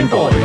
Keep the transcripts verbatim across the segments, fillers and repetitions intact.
Gameboys.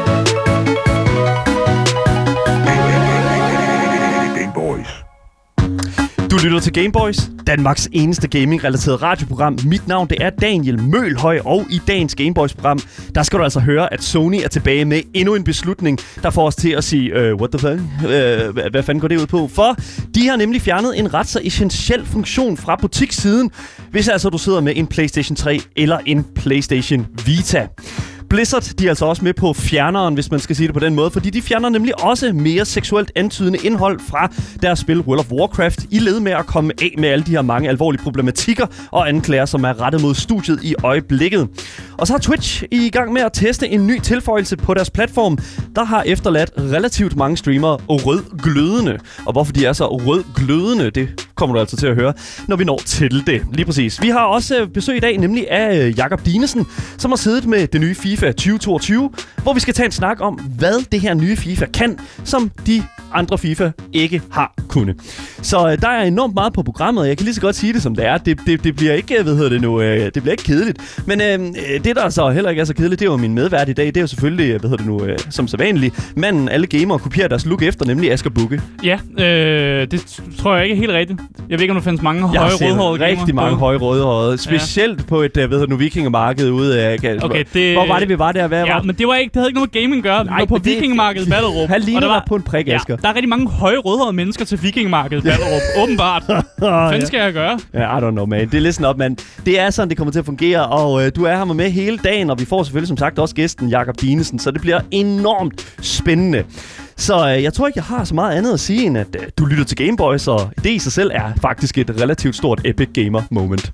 Du lytter til Gameboys, Danmarks eneste gaming-relateret radioprogram. Mit navn det er Daniel Mølhøj, og i dagens Gameboys-program, der skal du altså høre, at Sony er tilbage med endnu en beslutning, der får os til at sige, uh, what the fuck? Uh, hvad, hvad fanden går det ud på? For de har nemlig fjernet en ret så essentiel funktion fra butikssiden, hvis altså du sidder med en PlayStation tre eller en PlayStation Vita. Blizzard, de er altså også med på fjerneren, hvis man skal sige det på den måde, fordi de fjerner nemlig også mere seksuelt antydende indhold fra deres spil World of Warcraft, i led med at komme af med alle de her mange alvorlige problematikker og anklager, som er rettet mod studiet i øjeblikket. Og så har Twitch i gang med at teste en ny tilføjelse på deres platform, der har efterladt relativt mange streamere rødglødende. Og hvorfor de er så rødglødende, det kommer du altså til at høre, når vi når til det. Lige præcis. Vi har også besøg i dag, nemlig af Jakob Dinesen, som har siddet med det nye FIFA tyve toogtyve, hvor vi skal tage en snak om, hvad det her nye FIFA kan, som de andre FIFA ikke har kunnet. Så der er enormt meget på programmet, og jeg kan lige så godt sige det, som det er. Det, det, det bliver ikke, hvad hedder det nu, øh, det bliver ikke kedeligt. Men øh, det, der så heller ikke er så kedeligt, det er jo min medvært i dag. Det er jo selvfølgelig, hvad hedder det nu, øh, som sædvanligt, manden alle gamere kopierer deres look efter, nemlig Asger Bukke. Ja, øh, det tror jeg ikke er helt rigtigt. Jeg ved ikke, om der findes mange høje rødhårede gamer. Rigtig mange høje rødhårede. Specielt ja. på et, hvad hedder det nu, vikingemarked ude af... Okay, det... Hvor var det, vi var der? Hvad ja, var? Men det var ikke, det havde ikke noget med gaming at gøre. Vi var på det... vikingemarkedet i Ballerup. Han ligner var... på en prik, Asger. Ja, der er rigtig mange høje rødhårede mennesker til vikingemarkedet i Ballerup. Åbenbart. Hvad fanden skal jeg gøre? Ja, I don't know, man. Det er listen up, man. Det er sådan, det kommer til at fungere, og øh, du er her med hele dagen, og vi får selvfølgelig som sagt også gæsten, Jakob Dinesen, så det bliver enormt spændende. Så øh, jeg tror ikke, jeg har så meget andet at sige, end at øh, du lytter til Gameboys, og det i sig selv er faktisk et relativt stort epic gamer moment.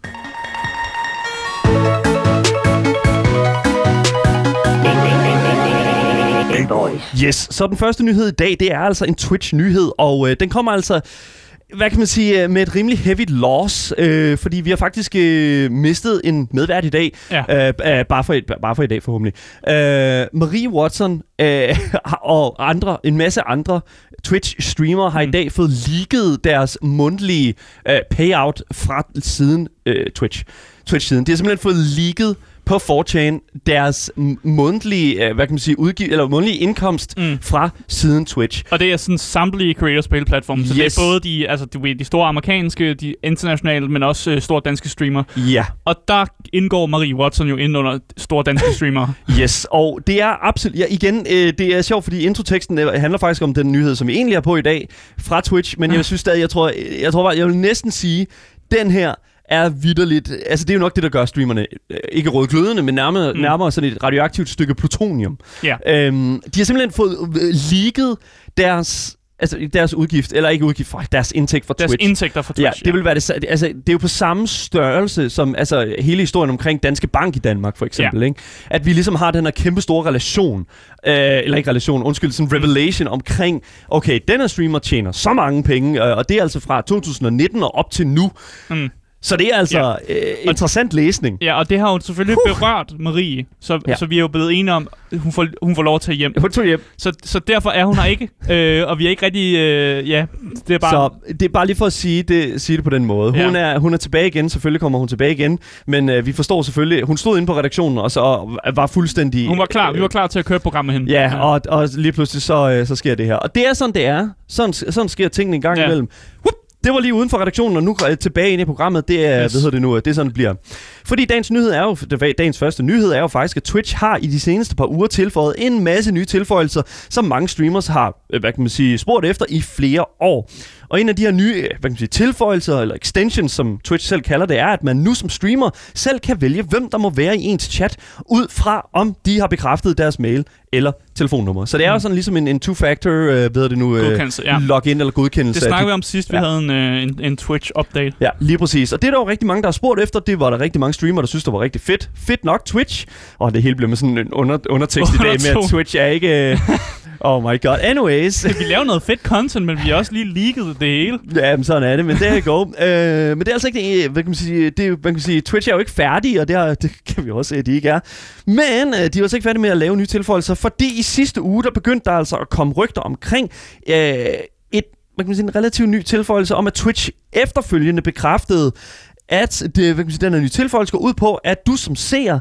Yes, så den første nyhed i dag, det er altså en Twitch-nyhed, og øh, den kommer altså... Hvad kan man sige, med et rimelig heavy loss, øh, fordi vi har faktisk øh, mistet en medvært i dag, ja. øh, øh, bare, for et, bare for i dag forhåbentlig. Øh, Marie Watson øh, og andre, en masse andre Twitch-streamere har mm. i dag fået leaget deres mundtlige øh, payout fra siden øh, Twitch. Twitch-siden. De har simpelthen fået leaget på four chan deres månedlige, hvad kan man sige, udgiv eller månedlige indkomst mm. fra siden Twitch. Og det er sådan samtlige creator spil platforme, så yes. det er både de altså de, de store amerikanske, de internationale, men også uh, store danske streamere. Ja. Og der indgår Marie Watson jo ind under store danske streamere. Yes, og det er absolut ja, igen, øh, det er sjovt, fordi introteksten øh, handler faktisk om den nyhed, som vi egentlig er på i dag fra Twitch, men mm. jeg synes stadig, jeg tror, jeg tror jeg vil næsten sige, den her er vitterligt, altså det er jo nok det, der gør streamerne øh, ikke rødglødende, men nærmere, mm. nærmere sådan et radioaktivt stykke plutonium. Yeah. Øhm, de har simpelthen fået øh, leaget deres, altså deres udgift, eller ikke udgift, for deres indtægt fra deres Twitch. Deres indtægter fra Twitch, ja. Det ja. vil være det, altså det er jo på samme størrelse som altså hele historien omkring Danske Bank i Danmark, for eksempel, yeah. ikke? At vi ligesom har den her kæmpe store relation, øh, eller ikke relation, undskyld, sådan en revelation omkring, okay, den her streamer tjener så mange penge, øh, og det er altså fra to tusind nitten og op til nu. Mm. Så det er altså ja. øh, interessant læsning. Ja, og det har jo selvfølgelig uh. berørt Marie, så, ja. så vi er jo blevet enige om, at hun får, hun får lov at tage hjem. Hun tog hjem. Så, så derfor er hun her ikke, øh, og vi er ikke rigtig, øh, ja, det er bare... Så det er bare lige for at sige det, sige det på den måde. Hun, ja. er, hun er tilbage igen, selvfølgelig kommer hun tilbage igen, men øh, vi forstår selvfølgelig, hun stod inde på redaktionen og så og var fuldstændig... Hun var klar, øh, vi var klar til at køre programmet hen. Ja, ja. Og, og lige pludselig så, øh, så sker det her. Og det er sådan, det er. Sådan, sådan sker tingene en gang ja. imellem. Whoop! Det var lige uden for redaktionen, og nu tilbage ind i programmet. Det er, yes. hvad hedder det nu, det er sådan, det bliver. Fordi dagens nyhed er jo, dagens første nyhed er jo faktisk, at Twitch har i de seneste par uger tilføjet en masse nye tilføjelser, som mange streamers har, hvad kan man sige, spurgt efter i flere år. Og en af de her nye, hvad kan man sige, tilføjelser, eller extensions, som Twitch selv kalder det, er, at man nu som streamer selv kan vælge, hvem der må være i ens chat, ud fra om de har bekræftet deres mail eller telefonnummer. Så det er jo sådan ligesom en, en two-factor, øh, hvad hedder det nu, øh, ja. login eller godkendelse. Det snakkede vi om sidst, vi ja. havde en, øh, en, en Twitch-update. Ja, lige præcis. Og det er der jo rigtig mange, der har spurgt efter. Det var der rigtig mange streamere, der synes, det var rigtig fedt. Fedt nok, Twitch. Og det hele blev med sådan en under, undertekst i dag med, at Twitch er ikke... Øh, oh my god. Anyways. Vi laver noget fedt content, men vi har også lige leaget det hele. Ja, men sådan er det. Men det er go. øh, men det er altså ikke det, hvad kan man sige, det, man kan sige, Twitch er jo ikke færdig, og det, har, det kan vi også se, at de ikke er. Men øh, de er også ikke færdige med at lave nye tilføjelser, fordi i sidste uge, der begyndte der altså at komme rygter omkring øh, et, hvad kan man sige, en relativt ny tilføjelse om, at Twitch efterfølgende bekræftede, at det, hvad kan man sige, den her nye tilføjelse går ud på, at du som seer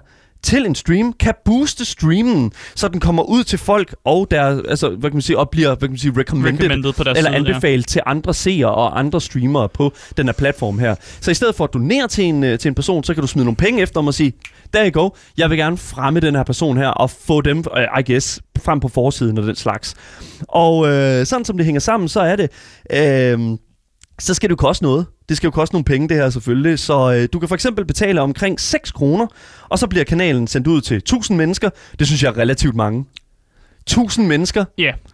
til en stream, kan booste streamen, så den kommer ud til folk, og der, altså, hvad kan man sige, og bliver, hvad kan man sige, recommended, recommended på deres eller side, anbefalet ja. til andre seere og andre streamere på den her platform her. Så i stedet for at donere til en, til en person, så kan du smide nogle penge efter dem og sige, there you go, jeg vil gerne fremme den her person her, og få dem, uh, I guess, frem på forsiden og den slags. Og øh, sådan som det hænger sammen, så er det, øh, så skal det jo koste noget. Det skal jo koste nogle penge, det her selvfølgelig. Så øh, du kan for eksempel betale omkring seks kroner, og så bliver kanalen sendt ud til tusind mennesker. Det synes jeg er relativt mange. tusind mennesker? Ja. Yeah.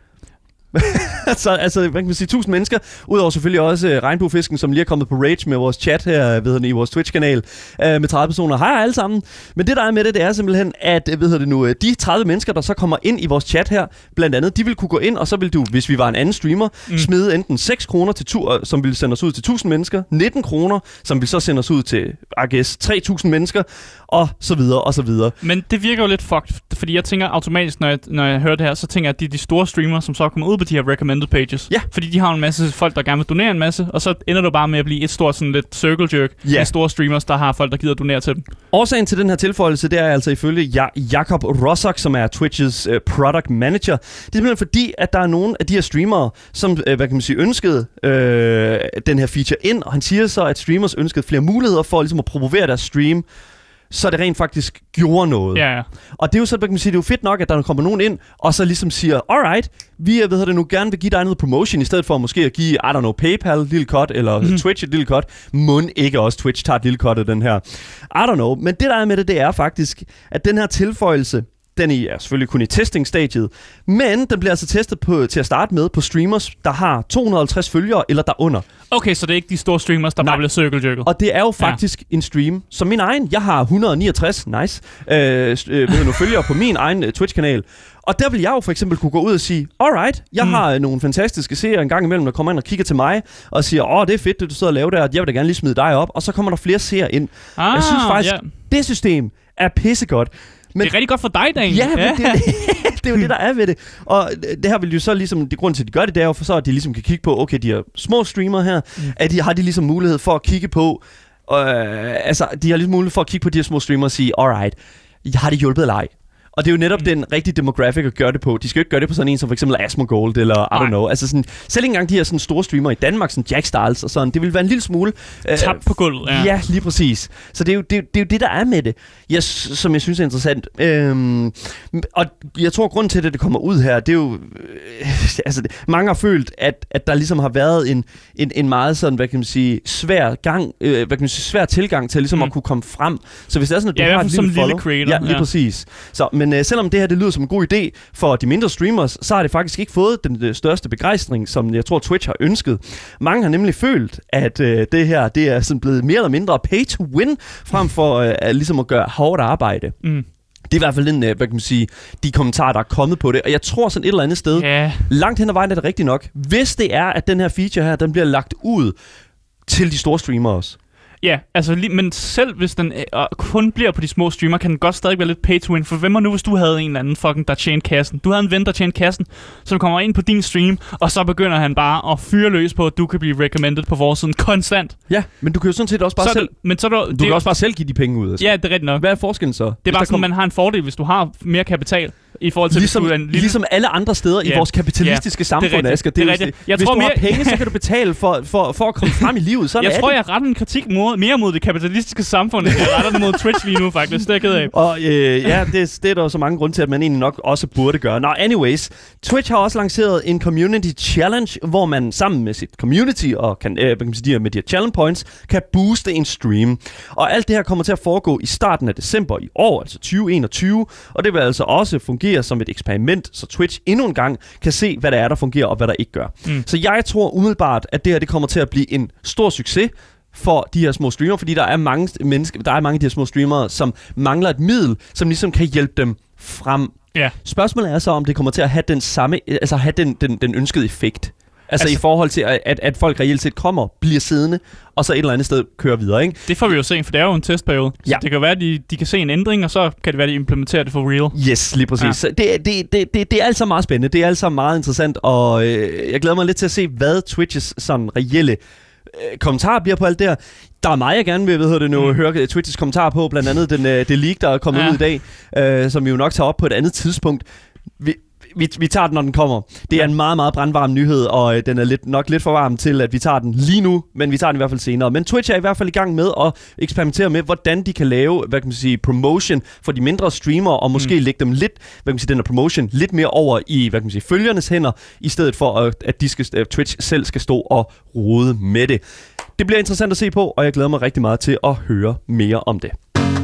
så, altså, hvad kan man sige, tusind mennesker, udover selvfølgelig også uh, Regnbuefisken, som lige er kommet på Rage med vores chat her, ved I vores Twitch-kanal, uh, med tredive personer. Hej alle sammen. Men det, der er med det, det er simpelthen, at ved det nu, de tredive mennesker, der så kommer ind i vores chat her, blandt andet, de vil kunne gå ind, og så vil du, hvis vi var en anden streamer, mm. smide enten seks kroner, til tu- som vil sende os ud til tusind mennesker, nitten kroner, som vil så sende os ud til, I guess, tre tusind mennesker, og så videre, og så videre. Men det virker jo lidt fucked, fordi jeg tænker automatisk, når jeg, når jeg hører det her, så tænker jeg, at det er de store streamere, som så kommer ud på de her recommended pages. Ja. Fordi de har en masse folk, der gerne vil donere en masse, og så ender det bare med at blive et stort sådan lidt circle jerk ja. med store streamers, der har folk, der gider donere til dem. Årsagen til den her tilføjelse, det er altså ifølge ja- Jakob Rosak, som er Twitches uh, product manager. Det er simpelthen fordi, at der er nogle af de her streamere, som, uh, hvad kan man sige, ønskede uh, den her feature ind, og han siger så, at streamers ønskede flere muligheder for ligesom at promovere deres stream, så det rent faktisk gjorde noget. Ja, ja. Og det er jo så, hvad kan man sige, det er jo fedt nok, at der kommer nogen ind, og så ligesom siger, alright, vi ved det nu gerne vil give dig noget promotion, i stedet for måske at give, I don't know, PayPal et lille cut, eller mm-hmm. Twitch et lille cut. Mund ikke også Twitch tager et lille cut af den her. I don't know. Men det der er med det, det er faktisk, at den her tilføjelse, den er selvfølgelig kun i testingstadiet, men den bliver altså testet på, til at starte med på streamers, der har to hundrede og halvtreds følgere eller derunder. Okay, så det er ikke de store streamers, der Nej. bare bliver circle-jerket. Og det er jo faktisk ja. en stream som min egen. Jeg har et hundrede og niogtres, nice, øh, øh, nu følgere på min egen uh, Twitch-kanal. Og der vil jeg jo for eksempel kunne gå ud og sige, alright, jeg mm. har nogle fantastiske seere en gang imellem, der kommer ind og kigger til mig, og siger, åh, det er fedt, det du sidder og laver der, jeg vil da gerne lige smide dig op. Og så kommer der flere seere ind. Ah, jeg synes faktisk, yeah. det system er pissegodt. Men, det er rigtig godt for dig, Dan. Ja, men det, det, det er jo det, der er ved det. Og det her vil jo så ligesom, det grund til, at de gør det, det er jo for så, at de ligesom kan kigge på, okay, de her små streamere her, mm. at de har de ligesom mulighed for at kigge på, øh, altså, de har ligesom mulighed for at kigge på de her små streamere og sige, alright, har det hjulpet eller ej? Og det er jo netop mm. den rigtige demographic at gøre det på. De skal jo ikke gøre det på sådan en som for eksempel Asmongold eller I don't know. Altså sådan, selv ikke engang de her sådan store streamere i Danmark, sådan Jack Styles og sådan, det vil være en lille smule øh, tap på gulvet. Ja. ja, lige præcis. Så det er jo det, det, er jo det der er med det, jeg, som jeg synes er interessant. Øhm, og jeg tror grund til at det kommer ud her, det er jo øh, altså mange har følt at at der ligesom har været en en en meget sådan, hvad kan man sige, svær gang, øh, hvad kan man sige, svær tilgang til ligesom mm. at kunne komme frem. Så hvis det er sådan at du ja, har et lille, lille creator, ja, lige ja. præcis. Så men øh, selvom det her det lyder som en god idé for de mindre streamers, så har det faktisk ikke fået den øh, største begejstring, som jeg tror Twitch har ønsket. Mange har nemlig følt, at øh, det her det er sådan blevet mere eller mindre pay to win, frem for øh, at, ligesom at gøre hårdt arbejde. Mm. Det er i hvert fald den, øh, hvad kan man sige, de kommentarer, der er kommet på det. Og jeg tror sådan et eller andet sted, yeah. langt hen ad vejen er det rigtigt nok, hvis det er, at den her feature her, den bliver lagt ud til de store streamere også. Ja, altså, men selv hvis den øh, kun bliver på de små streamer, kan den godt stadig være lidt pay to win. For hvem er nu, hvis du havde en eller anden fucking, der tjente kassen? Du havde en ven, der tjente kassen, som kommer ind på din stream, og så begynder han bare at fyre løs på, at du kan blive recommended på vores siden konstant. Ja, men du kan jo sådan set også bare så selv... Det, men så du, du det, kan også bare selv give de penge ud. Altså. Ja, det er rigtigt nok. Hvad er forskellen så? Det er bare sådan, kom... man har en fordel, hvis du har mere kapital. I forhold til, ligesom, du en lille... ligesom alle andre steder yeah. i vores kapitalistiske yeah. samfund, Asger. Det er rigtigt. Jeg hvis tror du mere... har penge, så kan du betale for, for, for at komme frem i livet. Sådan jeg er tror, det. jeg retter en kritik mod, mere mod det kapitalistiske samfund, end jeg retter den mod Twitch lige nu, faktisk. Det er jeg ked af. Og øh, ja, det, det er der jo så mange grunde til, at man egentlig nok også burde gøre. Nå, anyways. Twitch har også lanceret en community challenge, hvor man sammen med sit community og kan, øh, kan sige, med de her challenge points, kan booste en stream. Og alt det her kommer til at foregå i starten af december i år, altså tyve enogtyve. Og det vil altså også fungere som et eksperiment, så Twitch endnu en gang kan se, hvad der er, der fungerer, og hvad der ikke gør. Mm. Så jeg tror umiddelbart, at det her det kommer til at blive en stor succes for de her små streamere, fordi der er mange mennesker, der er mange af de her små streamere, som mangler et middel, som ligesom kan hjælpe dem frem. Yeah. Spørgsmålet er så, om det kommer til at have den samme, altså have den, den, den ønskede effekt. Altså, altså i forhold til, at, at folk reelt set kommer, bliver siddende, og så et eller andet sted kører videre, ikke? Det får vi jo se, for det er jo en testperiode. Ja. Så det kan være, at de, de kan se en ændring, og så kan det være, at de implementerer det for real. Yes, lige præcis. Ja. Så det, det, det, det, det er altså meget spændende. Det er altså meget interessant, og øh, jeg glæder mig lidt til at se, hvad Twitches sådan reelle øh, kommentarer bliver på alt det her. Der er meget, jeg gerne vil hvad hedder det nu, mm. høre Twitches kommentar på, blandt andet den, det leak, der er kommet ja. ud i dag, øh, som vi jo nok tager op på et andet tidspunkt. Vi, vi, vi tager den, når den kommer. Det er ja. en meget, meget brandvarm nyhed, og øh, den er lidt, nok lidt for varm til, at vi tager den lige nu, men vi tager den i hvert fald senere. Men Twitch er i hvert fald i gang med at eksperimentere med, hvordan de kan lave, hvad kan man sige, promotion for de mindre streamere, og måske mm. lægge dem lidt, hvad kan man sige, den her promotion lidt mere over i, hvad kan man sige, følgernes hænder, i stedet for, at, at de skal, at Twitch selv skal stå og rode med det. Det bliver interessant at se på, og jeg glæder mig rigtig meget til at høre mere om det.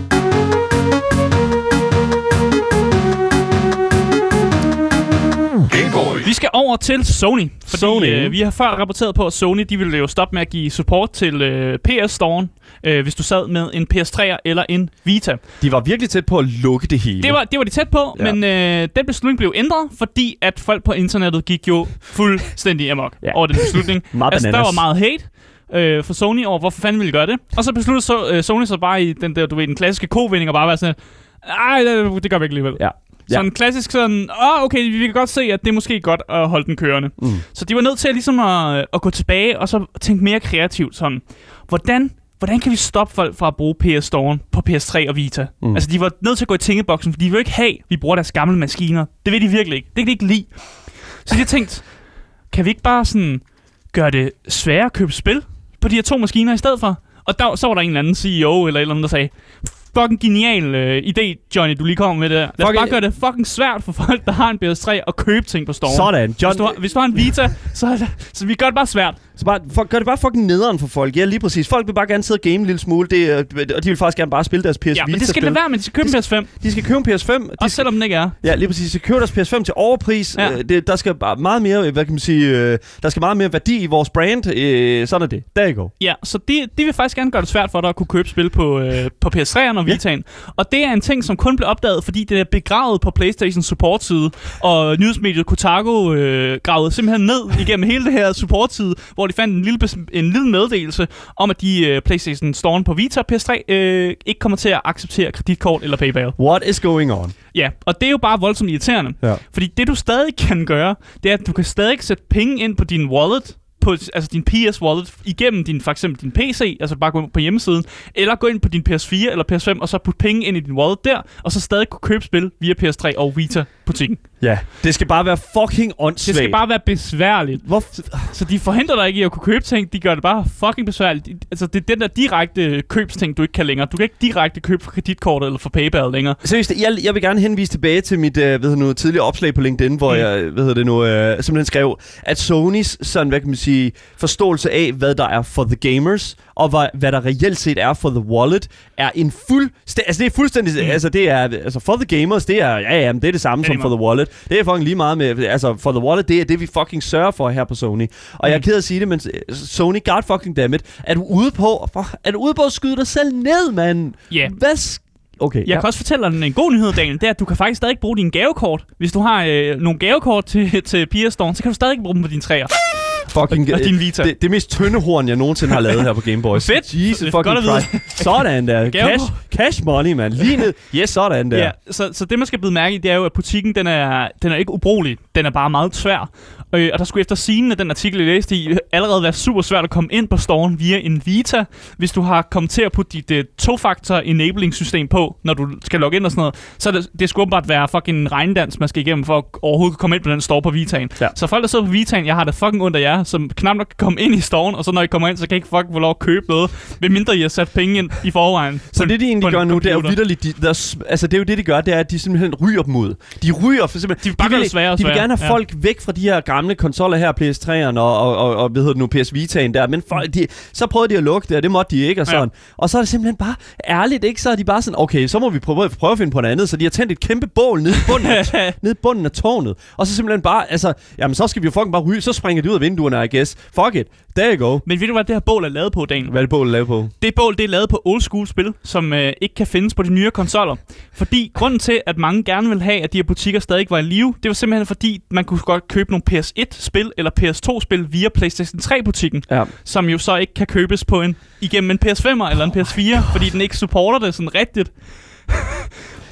Vi skal over til Sony, fordi Sony. Øh, vi har før rapporteret på, at Sony de ville jo stoppe med at give support til øh, P S-storen, øh, hvis du sad med en P S tre'er eller en Vita. De var virkelig tæt på at lukke det hele. Det var, det var de tæt på, ja. men øh, den beslutning blev ændret, fordi at folk på internettet gik jo fuldstændig amok ja. over den beslutning. altså, der var meget hate. Øh, for Sony over, hvorfor fanden ville gøre det. Og så besluttede så, øh, Sony så bare i den der, du ved, den klassiske kovending og bare være sådan, ej, det, det gør vi ikke alligevel. Ja. Ja. Sådan klassisk sådan, åh, okay, vi kan godt se, at det er måske godt at holde den kørende. Mm. Så de var nødt til at, ligesom at, at gå tilbage og så tænke mere kreativt sådan, hvordan, hvordan kan vi stoppe folk fra at bruge P S-storen på P S tre og Vita? Mm. Altså, de var nødt til at gå i tænkeboksen, for de vil jo ikke have, at vi bruger deres gamle maskiner. Det vil de virkelig ikke. Det kan de ikke lide. Så de har tænkt, kan vi ikke bare sådan gøre det sværere at købe spil på de her to maskiner i stedet for? Og der, så var der en eller anden C E O eller et eller andet, der sagde, fucking genial øh, idé, Johnny, du lige kommer med det der. Lad os bare gøre det fucking svært for folk, der har en P S tre, at købe ting på Storm. Sådan. John... Hvis, du har, hvis du har en Vita, så, er det, så vi gør det bare svært. Så bare, for, gør det bare fucking nederen for folk. Ja, lige præcis. Folk vil bare gerne sidde og game en lille smule, det, og de vil faktisk gerne bare spille deres P S Vita. Ja, men det skal det være, men de skal købe en P S fem. De skal købe en P S fem. Også skal, selvom den ikke er. Ja, lige præcis. De skal købe deres P S fem til overpris. Ja. Det, der skal bare meget mere, hvad kan man sige, der skal meget mere værdi i vores brand. Sådan er det. There you go. Ja, så de, de vil faktisk gerne gøre det svært for dig at kunne købe spil på, øh, på P S tre'eren og Vita'en. Ja. Og det er en ting, som kun blev opdaget, fordi det er begravet på PlayStation support-side, og nyhedsmediet Kotaku øh, gravede simpelthen ned igennem hele det her support-side, hvor de fandt en lille, en lille meddelelse om, at de øh, PlayStation Store'en på Vita og P S tre øh, ikke kommer til at acceptere kreditkort eller PayPal. What is going on? Ja, og det er jo bare voldsomt irriterende. Ja. Fordi det, du stadig kan gøre, det er, at du kan stadig sætte penge ind på din wallet, på, altså din P S wallet, igennem din, for eksempel din P C, altså bare gå ind på hjemmesiden, eller gå ind på din P S fire eller P S fem, og så putte penge ind i din wallet der, og så stadig kunne købe spil via P S tre og Vita-butikken. Ja, det skal bare være fucking åndssvagt. Det skal bare være besværligt. Hvor... Så de forhindrer dig ikke i at kunne købe ting, de gør det bare fucking besværligt. Altså, det er den der direkte købsting, du ikke kan længere. Du kan ikke direkte købe for kreditkortet eller for PayPal længere. Seriøst, jeg, jeg vil gerne henvise tilbage til mit øh, ved nu, tidligere opslag på LinkedIn, hvor mm. jeg ved det nu, øh, simpelthen skrev, at Sonys sådan, hvad kan man sige, forståelse af, hvad der er for the gamers, og hvad, hvad der reelt set er for the wallet, er en fuld... Altså, det er fuldstændig... Mm. Altså, det er... Altså, for the gamers, det er... Ja, ja, men det er det samme det som for the wallet. Det er fucking lige meget med... Altså, for the wallet, det er det, vi fucking sørger for her på Sony. Og mm. jeg er ked af at sige det, men Sony, god fucking dammit, er du ude på... Er du ude på at skyde dig selv ned, mand? Ja. Yeah. Hvad... Okay, jeg ja. kan også fortælle dig en god nyhed, Daniel. Det er, at du kan faktisk stadig bruge dine gavekort. Hvis du har øh, nogle gavekort til, til P S Store, så kan du stadig bruge dem på dine træer. Fucking, og, og din Vita. Det, det mest tynde horn, jeg nogensinde har lavet her på Game Boys. Fedt. Jesus fucking Christ. Sådan der. Cash, cash money, man. Lige ned. Yes, sådan der. Ja, så, så det, man skal bide mærke i, det er jo, at butikken, den er, den er ikke ubrugelig. Den er bare meget svær. Øh, og der skulle efter sigende, den artikel, jeg læste i, allerede være super svært at komme ind på storen via en Vita, hvis du har kommet til at putte dit uh, to-factor enabling system på, når du skal logge ind og sådan noget. Så det, det skulle bare være fucking en regndans, man skal igennem for at overhovedet komme ind på den store på Vita'en. Ja. Så folk, der sidder på Vita'en, jeg har det fucking ondt af jer, som knap nok kan komme ind i storen, og så når I kommer ind, så kan I ikke fucking få lov at købe noget, medmindre I har sat penge ind i forvejen. Så det, de egentlig gør nu, det er jo vitterligt, de, der, altså det er jo det, de gør, det er, at de simpelthen ryger dem ud. De ryger for simpelthen... De, de, vil, sværere og sværere. De vil gerne have folk ja. væk fra de her gamle konsoller her, P S tre'eren og, og, og, og hvad hedder det nu, P S Vita'en der, men folk, de, så prøvede de at lukke det, og det måtte de ikke, og sådan. Ja. Og så er det simpelthen bare ærligt, ikke? Så er de bare sådan, okay, så må vi prøve, prøve at finde på noget andet, så de har tændt et kæmpe bål nede i bunden af, nede i bunden af tårnet, og så simpelthen bare, altså, jamen så skal vi jo fucking bare ryge, så springer de ud af vinduerne, I guess. Fuck it. There you go. Men ved du, hvad det her bål er lavet på, Daniel? Hvad er det bål er lavet på? Det bål, det er lavet på old school spil, som øh, ikke kan findes på de nye konsoller. Fordi grunden til, at mange gerne vil have, at de her butikker stadig var i live, det var simpelthen fordi, man kunne godt købe nogle P S et-spil eller P S to-spil via PlayStation tre-butikken, ja. Som jo så ikke kan købes på en igennem en P S fem'er eller en P S fire, oh fordi den ikke supporter det sådan rigtigt.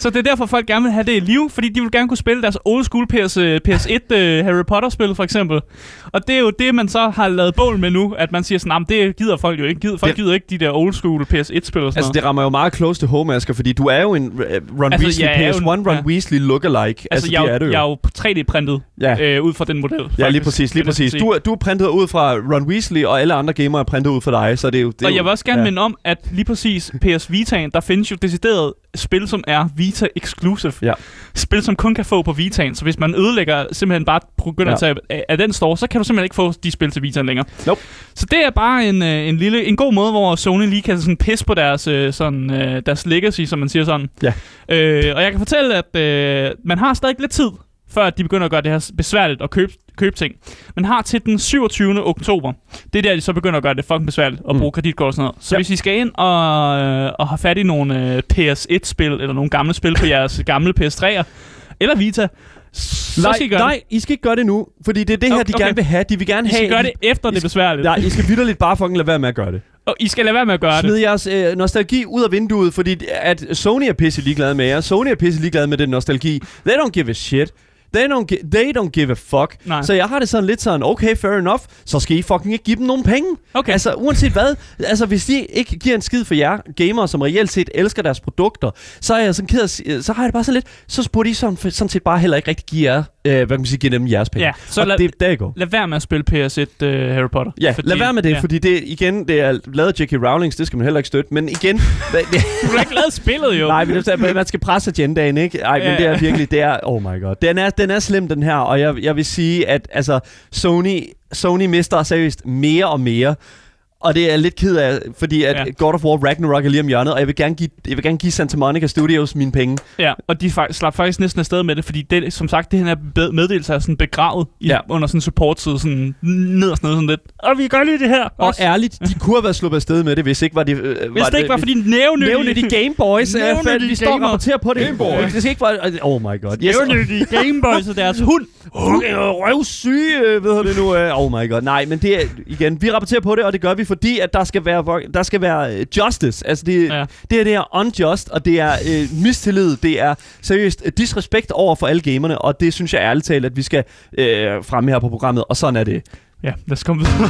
Så det er derfor, folk gerne vil have det i live, fordi de vil gerne kunne spille deres old school P S, P S et uh, Harry Potter-spil, for eksempel. Og det er jo det, man så har lavet bål med nu, at man siger sådan, nah, det gider folk jo ikke. Gider, folk det... gider ikke de der old school P S et-spil og sådan Altså, noget. det rammer jo meget close to home, Asger, fordi du er jo en uh, Ron altså, Weasley, ja, P S et, Ron ja. Weasley lookalike. Altså, altså jeg, det er du jo. jeg er jo tre D-printet ja. øh, ud fra den model. Faktisk, ja, lige præcis, lige præcis. Du, du er printet ud fra Ron Weasley, og alle andre gamere er printet ud fra dig, så det er jo... Det og jo, jeg vil også gerne ja. minde om, at lige præcis P S Vita'en, der findes jo decideret spil, som er Vita exclusive. Ja. Spil, som kun kan få på Vita'en. Så hvis man ødelægger, simpelthen bare begynder ja. at tage af, af den store, så kan du simpelthen ikke få de spil til Vita'en længere. Nope. Så det er bare en, en lille, en god måde, hvor Sony lige kan sådan pisse på deres, sådan, deres legacy, som man siger sådan. Ja. Øh, og jeg kan fortælle, at øh, man har stadig lidt tid, før at de begynder at gøre det her besværligt at købe, købe ting. Man har til den syvogtyvende oktober. Det er der, de så begynder at gøre det fucking besværligt at bruge mm. kreditkort og sådan noget. Så ja. hvis I skal ind og, øh, og have fat i nogle øh, P S et-spil, eller nogle gamle spil på jeres gamle P S tre'er, eller Vita, så nej, skal I gøre nej, det. I skal ikke gøre det nu, fordi det er det her, okay, de okay. gerne vil have. De vil gerne I have... skal gøre det efter I, det er besværligt. Nej, I skal vitterligt bare fucking lade være med at gøre det. Og I skal lade være med at gøre Smid det. jeres øh, nostalgi ud af vinduet, fordi at Sony er pisse ligeglade med jer. Sony er pisse ligeglade med den nostalgi. They don't give a shit. They don't, gi- they don't give a fuck. Nej. Så jeg har det sådan lidt sådan, okay, fair enough, så skal I fucking ikke give dem nogen penge. Okay. Altså, uanset hvad, altså hvis de ikke giver en skid for jer, gamere, som reelt set elsker deres produkter, så er jeg sådan ked af, så har jeg det bare så lidt, så burde I sådan, sådan set bare heller ikke rigtig give jer, øh, hvad kan man sige, give dem jeres penge. Ja, så og lad, det, der går. lad være med at spille P S et uh, Harry Potter. Ja, fordi, lad være med det, ja. fordi det, igen, det er lavet J K Rowling, det skal man heller ikke støtte, men igen... det, du har ikke lavet spillet, jo. Nej, men det, man skal presse agendaen, ikke? Ej, men ja, det er virkelig, det er, oh my god. Den er, den er slem, den her, og jeg, jeg vil sige, at altså, Sony, Sony mister seriøst mere og mere. Og det er jeg lidt ked af, fordi at ja. God of War Ragnarok er lige om hjørnet, og jeg vil gerne give, jeg vil gerne give Santa Monica Studios mine penge. Ja, og de fa- slap faktisk næsten afsted med det, fordi det, som sagt, det her be- meddelelse er sådan begravet i, ja. under sådan en support-side, sådan nederst nede sådan lidt. Og vi gør lige det her. Og også. Ærligt, de kunne have været sluppet afsted med det, hvis ikke var det... Øh, hvis var det ikke var fordi nævnyttige... Nævnyttige Gameboys, nævnyttige vi står og rapporterer på det. Gameboys. Det skal ikke være... Oh my god. Yes. Nævnyttige Gameboys og deres hund. Okay, røvsyge, ved du det nu? Oh my god. Nej, men det er... Igen, vi rapporterer på det, og det gør vi, fordi at der skal være der skal være justice. Altså det, ja. det, er, det er unjust, og det er øh, mistillid, det er seriøst disrespekt over for alle gamerne, og det synes jeg ærligt talt, at vi skal øh, fremme her på programmet, og sådan er det. Ja, lad os komme videre.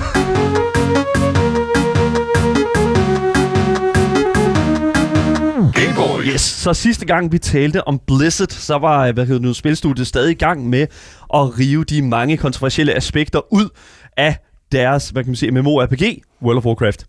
Yes. Så sidste gang vi talte om Blizzard, så var hvad hedder det nu, spilstudiet stadig i gang med at rive de mange kontroversielle aspekter ud af deres, hvad kan man sige, M M O R P G, World of Warcraft.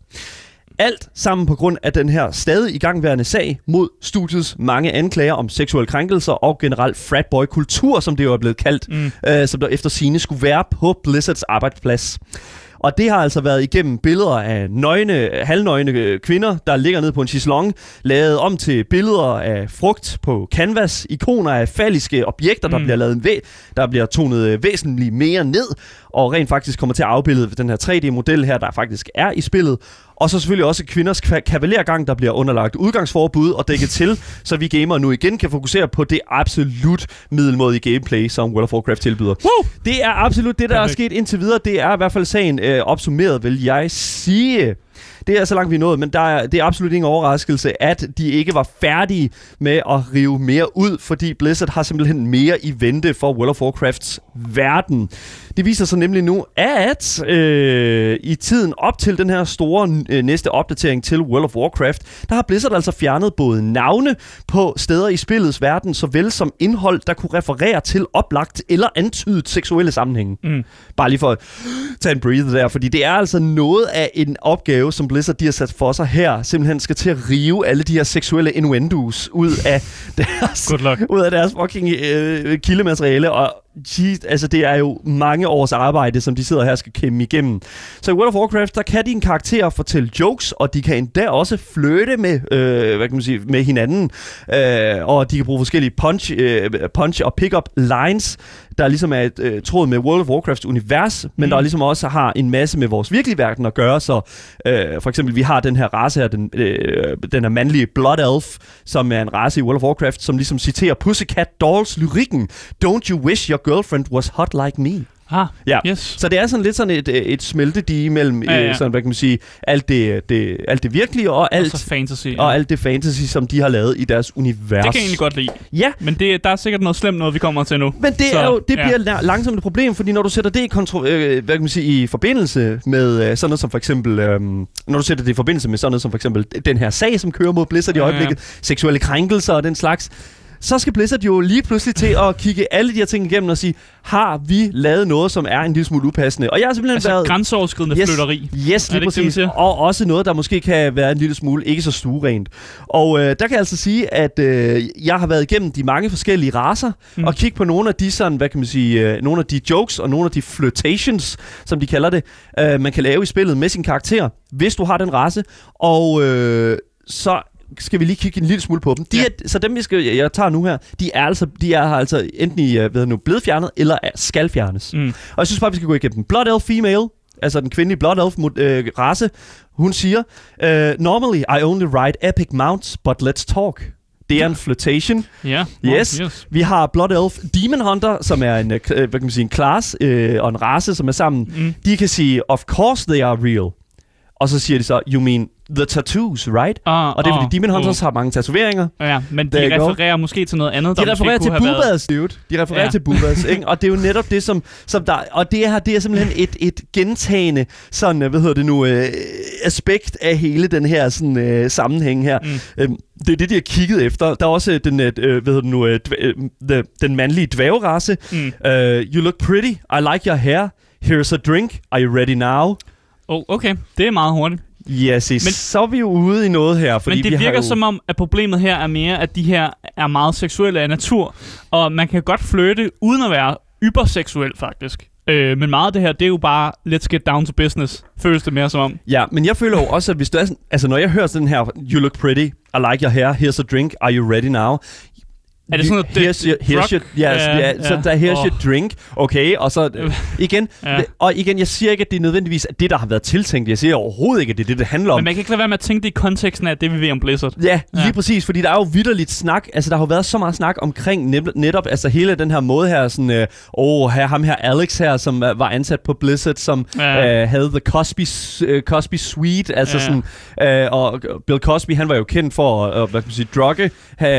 Alt sammen på grund af den her stadig igangværende sag mod studiets mange anklager om seksuelle krænkelser og generelt fratboy-kultur, som det jo er blevet kaldt, mm. øh, som der efter sigende skulle være på Blizzards arbejdsplads. Og det har altså været igennem billeder af nøgne, halvnøgne kvinder, der ligger nede på en chaiselong, lavet om til billeder af frugt på canvas, ikoner af falliske objekter, der mm. bliver lavet væ- der bliver tonet væsentligt mere ned, og rent faktisk kommer til at afbillede den her tre D-model her, der faktisk er i spillet. Og så selvfølgelig også kvinders kavalergang, der bliver underlagt udgangsforbud og dækket til, så vi gamere nu igen kan fokusere på det absolut middelmådige gameplay, som World of Warcraft tilbyder. Woo! Det er absolut det, der er sket indtil videre. Det er i hvert fald sagen øh, opsummeret, vil jeg sige. Det er så langt vi er nået, men der er, det er absolut ingen overraskelse, at de ikke var færdige med at rive mere ud, fordi Blizzard har simpelthen mere i vente for World of Warcrafts verden. Det viser sig nemlig nu, at øh, i tiden op til den her store øh, næste opdatering til World of Warcraft, der har Blizzard altså fjernet både navne på steder i spillets verden, såvel som indhold, der kunne referere til oplagt eller antydet seksuelle sammenhænge. Mm. Bare lige for at tage en breather der, fordi det er altså noget af en opgave, som Blizzard de har sat for sig her, simpelthen skal til at rive alle de her seksuelle innuendos ud af deres, ud af deres fucking øh, kildemateriale, og geez, altså det er jo mange års arbejde, som de sidder her og skal kæmpe igennem. Så i World of Warcraft, der kan dine karakterer fortælle jokes, og de kan endda også flirte med, øh, hvad kan man sige, med hinanden, øh, og de kan bruge forskellige punch, øh, punch og pick-up lines, der ligesom er et øh, tråd med World of Warcrafts univers, men mm. der ligesom også har en masse med vores virkelige verden at gøre, så øh, for eksempel, vi har den her race her, den, øh, den her mandlige Blood Elf, som er en race i World of Warcraft, som ligesom citerer Pussycat Dolls lyrikken, Don't you wish your girlfriend was hot like me? Ah, ja. yes. Så det er sådan lidt sådan et, et smeltedige mellem ja, ja. Øh, sådan, hvad kan man sige, alt det, det, alt det virkelige og alt, og, fantasy, ja. og alt det fantasy, som de har lavet i deres univers. Det kan jeg egentlig godt lide. Ja. Men det, der er sikkert noget slemt noget, vi kommer til nu. Men det, så, er jo, det ja. bliver langsomt et problem, fordi når du sætter det i, kontro- øh, hvad kan man sige, i forbindelse med øh, sådan noget som for eksempel, øh, når du sætter det i forbindelse med sådan noget som for eksempel den her sag, som kører mod Blizzard i øjeblikket, ja, ja. seksuelle krænkelser og den slags, så skal Blizzard jo lige pludselig til at kigge alle de her ting igennem og sige, har vi lavet noget, som er en lille smule upassende? Og jeg har simpelthen altså været... grænseoverskridende yes, flytteri. Yes, lige præcis. Det, og også noget, der måske kan være en lille smule ikke så stuerent. Og øh, der kan jeg altså sige, at øh, jeg har været igennem de mange forskellige racer, mm. og kigge på nogle af de sådan, hvad kan man sige, øh, nogle af de jokes og nogle af de flirtations, som de kalder det, øh, man kan lave i spillet med sin karakter, hvis du har den race. Og øh, så skal vi lige kigge en lille smule på dem. De ja. er, så dem, vi skal, jeg tager nu her, de er altså, de er altså enten i, ved nu, blevet fjernet, eller skal fjernes. Mm. Og jeg synes bare, vi skal gå igennem dem. Blood Elf Female, altså den kvindelige Blood Elf mod, øh, race, hun siger, uh, normally I only ride epic mounts, but let's talk. Det er en flirtation. Ja. Yeah. Yes. yes. Vi har Blood Elf Demon Hunter, som er en, hvad kan man sige, en class øh, og en race, som er sammen. Mm. De kan sige, of course they are real. Og så siger de så, you mean the tattoos, right? Uh, og det er fordi uh, Demon Hunters uh. har mange tatoveringer. Ja, men de refererer go. måske til noget andet, de der refererer til boobas, dude. De refererer ja. til boobas, ikke? Og det er jo netop det, som, som der... Og det her, det er simpelthen et, et gentagende sådan, hvad hedder det nu, øh, aspekt af hele den her sådan, øh, sammenhæng her. Mm. Øhm, det er det, de har kigget efter. Der er også den, øh, hvad hedder det nu, øh, dv- den mandlige dværgerace. Mm. Uh, you look pretty. I like your hair. Here's a drink. Are you ready now? Oh, okay. Det er meget hurtigt. Yes, men, så er vi jo ude i noget her. Fordi men det vi virker har jo... som om, at problemet her er mere, at de her er meget seksuelle af natur. Og man kan godt flirte uden at være yberseksuel, faktisk. Øh, men meget af det her, det er jo bare, let's get down to business. Føles det mere som om. Ja, men jeg føler jo også, at hvis du er sådan, altså når jeg hører sådan her, you look pretty, I like your hair, here's a drink, are you ready now? Er det sådan noget... Here's your, here's your, yes, ja, ja, så der here's oh. your drink, okay, og så øh, igen, ja. og igen, jeg siger ikke, at det er nødvendigvis det, der har været tiltænkt. Jeg siger overhovedet ikke, at det er det, det handler om. Men man kan ikke lade være med at tænke det i konteksten af det, vi ved om Blizzard. Ja, lige ja. præcis, fordi der er jo vitterligt snak, altså der har jo været så meget snak omkring netop, altså hele den her måde her, sådan, øh, åh, her, ham her Alex her, som øh, var ansat på Blizzard, som ja. øh, havde The Cosby, øh, Cosby Suite, altså ja. sådan, øh, og Bill Cosby, han var jo kendt for at, øh, hvad kan man sige, drugge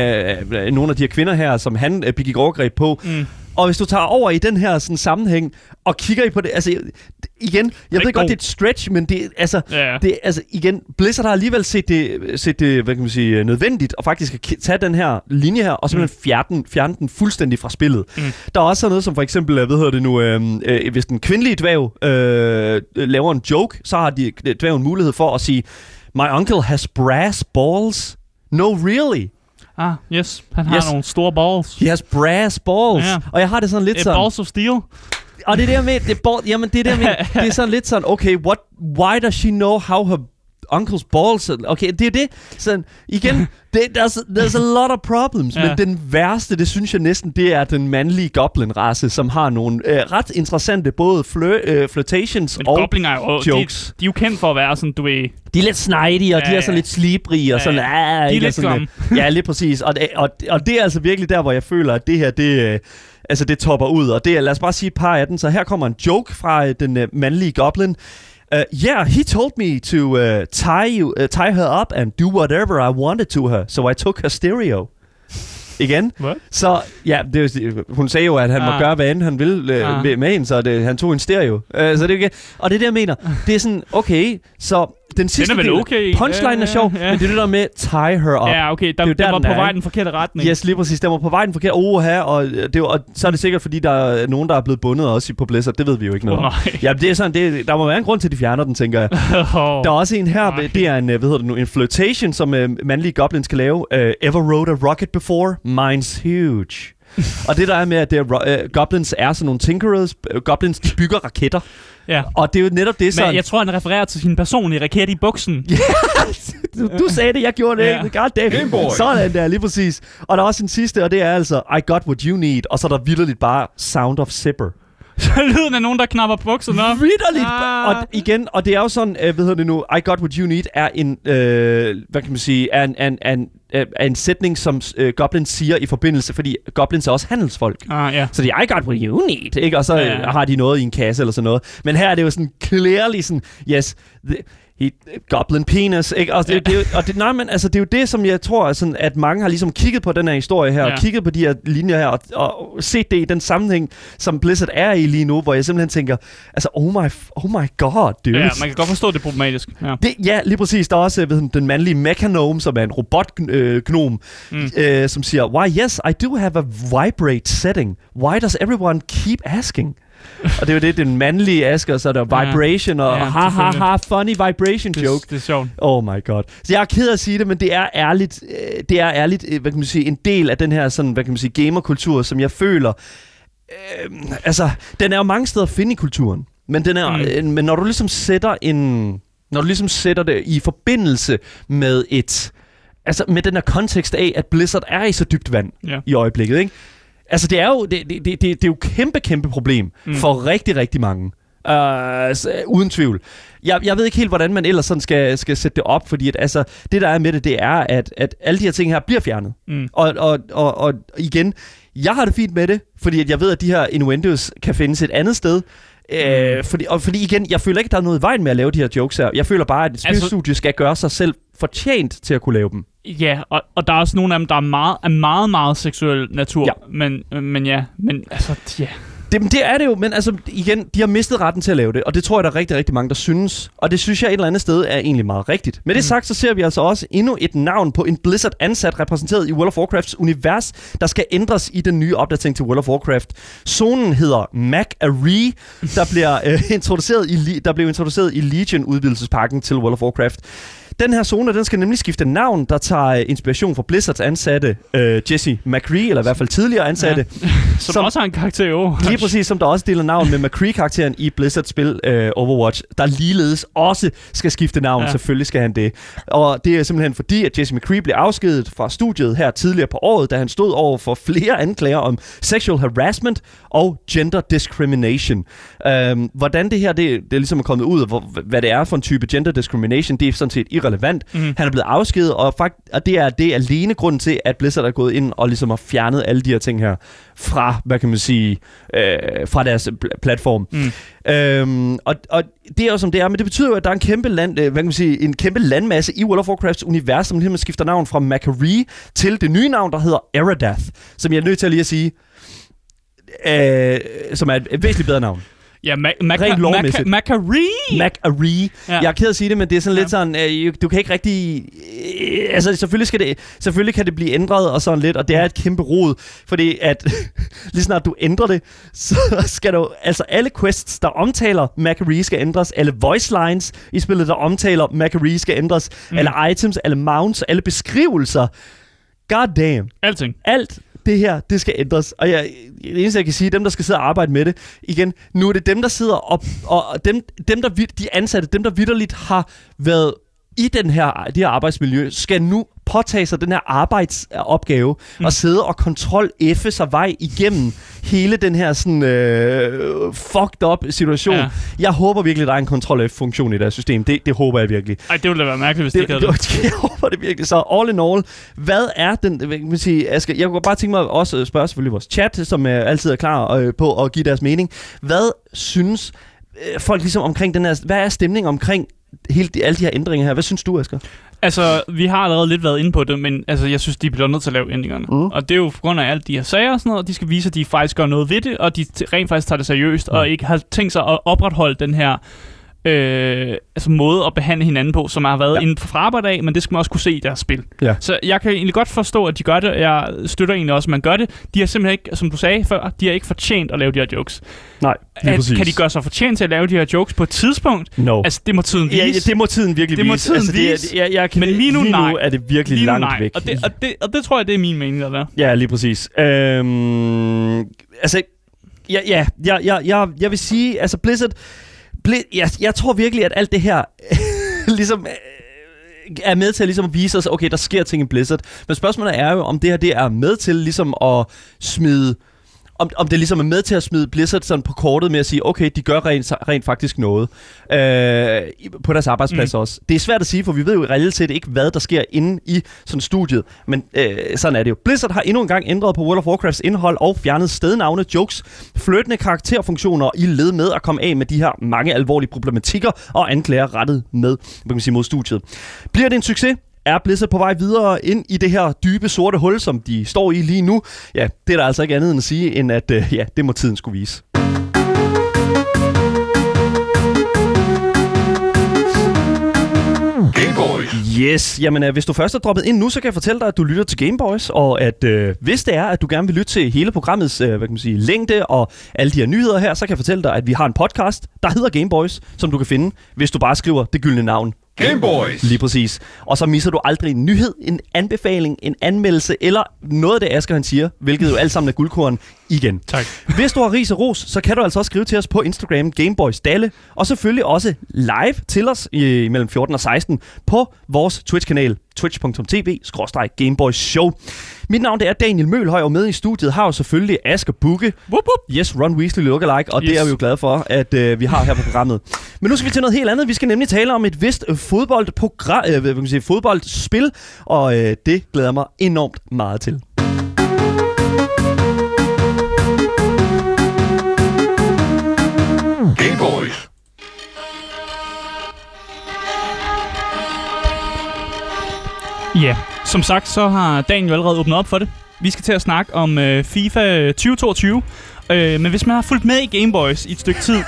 øh, nogle af de her kvinder her, som han øh, begik overgreb på. Mm. Og hvis du tager over i den her sådan, sammenhæng og kigger I på det, altså igen, jeg ved godt, det er et stretch, men det altså, ja. det altså igen, Blizzard har alligevel set det, set det, hvad kan man sige, nødvendigt og faktisk at tage den her linje her og simpelthen mm. fjerne den, fjerne den fuldstændig fra spillet. Mm. Der er også sådan noget som for eksempel, hvad hedder det nu, øh, øh, hvis den kvindelige dværg øh, laver en joke, så har de dværgen mulighed for at sige, my uncle has brass balls. No, really. Ah, yes. Han har yes. nogle store balls. He has brass balls. Ja. Og jeg har det sådan lidt sådan... Balls of steel. Og det er der med... Det ball, jamen, det er der med... det er sådan lidt sådan, okay, what, why does she know how her uncle's balls... Okay, det er det. Sådan, igen, det, there's, there's a lot of problems. Ja. Men den værste, det synes jeg næsten, det er den mandlige goblin-race, som har nogle øh, ret interessante både flir, øh, flirtations men og goblin er jo, jokes. De, de er jo kendt for at være sådan, du ved... De er lidt snidey, og ja, de er sådan lidt slibrig, og sådan... Ja, ah, de er lidt sådan, ja, lige præcis. Og, og, og det er altså virkelig der, hvor jeg føler, at det her, det... Altså, det topper ud. Og det er, lad os bare sige et par af den. Så her kommer en joke fra den uh, mandlige goblin. Uh, yeah, he told me to uh, tie, you, uh, tie her up and do whatever I wanted to her, so I took her stereo. Igen. What? Så ja, det, hun sagde jo, at han ah. må gøre, hvad end han vil uh, ah. med, med hende, så det, han tog en stereo. Uh, så det er okay. Og det er det, jeg mener. Det er sådan, okay, så den sidste den er del, okay. punchline er sjov, ja, ja. men det er det der med tie her up. Ja, okay, der, det der, den var på vej den forkerte retning. Yes, lige præcis, den var på vej den forkerte. Oha, og, det var, og så er det sikkert, fordi der er nogen, der er blevet bundet også på Blizzard. Det ved vi jo ikke noget om. Oh, ja, det er sådan, det, der må være en grund til, at de fjerner den, tænker jeg. Oh, der er også en her, okay. Det er en, hvad hedder det nu, en flirtation, som uh, mandlige goblins skal lave. Uh, ever rode a rocket before? Mine's huge. Og det der er med, at det er, uh, goblins er sådan nogle tinkerers. Uh, goblins, de bygger raketter. Ja. Og det er jo netop det, sådan... Men jeg tror, han refererer til sin personlige raket i buksen. du, du sagde det, jeg gjorde det. Yeah. God damn. Sådan der, lige præcis. Og der er også en sidste, og det er altså, I got what you need. Og så er der vitterligt bare sound of zipper. Så lyden af nogen, der knapper bukserne op. Vitterligt. Ah. Og igen, og det er jo sådan, øh, hvad hedder det nu, I got what you need er en, øh, hvad kan man sige, er en, en, en øh, af en sætning, som øh, Goblins siger i forbindelse, fordi Goblins er også handelsfolk. Ah, yeah. Så de, I got what you need, ikke? Og så Ja, ja. har de noget i en kasse eller sådan noget. Men her er det jo sådan clearly sådan, yes, the, he, goblin penis, ikke? Og det, Ja. det, det, og det, nej, men altså, det er jo det, som jeg tror, sådan, at mange har ligesom kigget på den her historie her, ja. og kigget på de her linjer her, og, og set det i den sammenhæng, som Blizzard er i lige nu, hvor jeg simpelthen tænker, altså, oh my, oh my god, dude. Ja, man kan godt forstå, det er problematisk. Ja, det, ja lige præcis. Der er også ved, den mandlige Mechanome, som er en robotgnom, øh, mm. øh, som siger, why yes, I do have a vibrate setting. Why does everyone keep asking? Og det er jo det, den mandlige Asger, så er der vibration, og ja, ha ha ha, funny vibration det, joke. Det er sjovt. Oh my god. Så jeg er ked af at sige det, men det er ærligt, øh, det er ærligt, øh, hvad kan man sige, en del af den her sådan, hvad kan man sige, gamerkultur, som jeg føler, øh, altså, den er jo mange steder at finde i kulturen, men den er, mm. øh, men når du ligesom sætter en, når du ligesom sætter det i forbindelse med et, altså med den her kontekst af, at Blizzard er i så dybt vand ja. i øjeblikket, ikke? Altså, det er jo det, det, det, det er jo kæmpe, kæmpe problem mm. for rigtig, rigtig mange. Uh, så, uden tvivl. Jeg, jeg ved ikke helt, hvordan man ellers sådan skal, skal sætte det op, fordi at, altså, det, der er med det, det er, at, at alle de her ting her bliver fjernet. Mm. Og, og, og, og igen, jeg har det fint med det, fordi at jeg ved, at de her innuendos kan findes et andet sted. Mm. Uh, fordi, og fordi igen, jeg føler ikke, der er noget i vejen med at lave de her jokes her. Jeg føler bare, at et spilstudie altså, skal gøre sig selv fortjent til at kunne lave dem. Ja, og, og der er også nogle af dem, der er meget, er meget, meget seksuel natur. Ja. Men, men ja, men altså, ja. Det, det er det jo, men altså igen, de har mistet retten til at lave det, og det tror jeg, der er rigtig, rigtig mange, der synes. Og det synes jeg et eller andet sted er egentlig meget rigtigt. Med det mm. sagt, så ser vi altså også endnu et navn på en Blizzard-ansat repræsenteret i World of Warcrafts univers, der skal ændres i den nye opdatering til World of Warcraft. Zonen hedder Mac-Aree, der bliver øh, introduceret i der blev introduceret i Legion-udvidelsespakken til World of Warcraft. Den her zone, den skal nemlig skifte navn, der tager inspiration fra Blizzards ansatte, øh, Jesse McCree, eller i hvert fald tidligere ansatte. Ja. Som, som også har en karakter i Overwatch. Lige præcis, som der også deler navn med McCree-karakteren i Blizzards spil øh, Overwatch, der ligeledes også skal skifte navn. Ja. Selvfølgelig skal han det. Og det er simpelthen fordi, at Jesse McCree blev afskediget fra studiet her tidligere på året, da han stod over for flere anklager om sexual harassment og gender discrimination. Øhm, hvordan det her, det, det er ligesom er kommet ud af, hvor, hvad det er for en type gender discrimination, det er sådan set irrelevant. Mm. Han er blevet afskediget, og, fakt, og det er det er alene grunden til, at Blizzard er gået ind og ligesom har fjernet alle de her ting her fra, hvad kan man sige, øh, fra deres pl- platform. Mm. Øhm, og, og det er jo som det er, men det betyder jo, at der er en kæmpe, land, øh, hvad kan man sige, en kæmpe landmasse i World of Warcrafts univers, som ligesom skifter navn fra Mac-Aree til det nye navn, der hedder Eradath, som jeg er nødt til at lige at sige, øh, som er et, et væsentligt bedre navn. Ja, Mac-Aree. Mac-Aree. Ja. Jeg er ked at sige det, men det er sådan ja. lidt sådan, øh, du kan ikke rigtig... Øh, altså, selvfølgelig, skal det, selvfølgelig kan det blive ændret og sådan lidt, og det er et kæmpe rod, fordi at lige snart du ændrer det, så skal du... Altså, alle quests, der omtaler Mac-Aree, skal ændres. Alle voice lines i spillet, der omtaler Mac-Aree, skal ændres. Mm. Alle items, alle mounts, alle beskrivelser. God damn. Alting. Alt det her, det skal ændres. Og jeg, det eneste, jeg kan sige, dem, der skal sidde og arbejde med det, igen, nu er det dem, der sidder op, og dem, dem der, de ansatte, dem, der vitterligt har været i den her, det her arbejdsmiljø, skal nu påtage sig den her arbejdsopgave mm. og sidde og kontrol-F'e sig vej igennem hele den her sådan øh, fucked up situation. Ja. Jeg håber virkelig, der er en kontrol-F-funktion i deres system. Det, det håber jeg virkelig. Ej, det ville da være mærkeligt, hvis det, det ikke havde det. Jeg håber det virkelig. Så all in all, hvad er den... Hvad kan man sige, Asger, jeg kunne bare tænke mig også at spørge selvfølgelig vores chat, som øh, altid er klar øh, på at give deres mening. Hvad synes øh, folk ligesom omkring den her... Hvad er stemningen omkring hele de, alle de her ændringer her? Hvad synes du, Asger? Altså, vi har allerede lidt været inde på det, men altså, jeg synes, de bliver nødt til at lave ændringerne. Mm. Og det er jo på grund af alt de her sager og sådan noget, og de skal vise, at de faktisk gør noget ved det, og de rent faktisk tager det seriøst, mm. og ikke har tænkt sig at opretholde den her øh, altså måde at behandle hinanden på, som har været ja. inden fra arbejde af, men det skal man også kunne se i deres spil. Ja. Så jeg kan egentlig godt forstå, at de gør det, og jeg støtter egentlig også, at man gør det. De har simpelthen ikke, som du sagde før, de har ikke fortjent at lave de her jokes. Nej, lige at, kan de gøre sig fortjent til at lave de her jokes på et tidspunkt? No. Altså, det må tiden vise. Ja, ja, det må tiden virkelig det må vise. tiden altså, det er, vise. jeg, jeg kan, men lige nu, lige nu nej. er det virkelig lige langt nej. væk. Og det, og, det, og det tror jeg, det er min mening, der er. Ja, lige præcis. Øhm, altså, ja, ja, jeg, jeg, jeg, jeg vil sige, altså Blizzard... Bl- jeg, jeg tror virkelig, at alt det her ligesom... er med til ligesom at vise os, okay, der sker ting i Blizzard. Men spørgsmålet er jo, om det her det er med til ligesom at smide om, om det ligesom er med til at smide Blizzard sådan på kortet med at sige, okay, de gør rent, rent faktisk noget øh, på deres arbejdsplads mm. også. Det er svært at sige, for vi ved jo reelt set ikke, hvad der sker inde i sådan studiet, men øh, sådan er det jo. Blizzard har endnu en gang ændret på World of Warcrafts indhold og fjernet stednavne, jokes, flirtende karakterfunktioner i led med at komme af med de her mange alvorlige problematikker og anklager rettet med, hvad kan man sige, mod studiet. Bliver det en succes? Er Blizzard på vej videre ind i det her dybe sorte hul, som de står i lige nu? Ja, det er der altså ikke andet end at sige, end at øh, ja, det må tiden skulle vise. Gameboys. Yes, jamen øh, hvis du først er droppet ind nu, så kan jeg fortælle dig, at du lytter til Gameboys, og at øh, hvis det er, at du gerne vil lytte til hele programmets øh, hvad kan man sige, længde og alle de her nyheder her, så kan jeg fortælle dig, at vi har en podcast, der hedder Gameboys, som du kan finde, hvis du bare skriver det gyldne navn. Gameboys! Lige præcis. Og så misser du aldrig en nyhed, en anbefaling, en anmeldelse eller noget af det, Asger han siger, hvilket jo alt sammen er guldkorn igen. Tak. Hvis du har ris og ros, så kan du altså også skrive til os på Instagram, Gameboys Dalle, og selvfølgelig også live til os i mellem fjorten og seksten på vores Twitch-kanal, twitch punktum tv skråstreg Gameboys Show. Mit navn det er Daniel Mølhøj, og med i studiet har jo selvfølgelig Asger Bukke. Whoop, whoop. Yes, Ron Weasley lookalike, og yes. Det er vi jo glade for, at øh, vi har her på programmet. Men nu skal vi til noget helt andet. Vi skal nemlig tale om et vist fodboldprogram, øh, hvad kan man sige, fodboldspil, og øh, det glæder mig enormt meget til. Gameboys. Ja, som sagt, så har Daniel allerede åbnet op for det. Vi skal til at snakke om øh, FIFA tyve toogtyve. Øh, men hvis man har fulgt med i Gameboys i et stykke tid,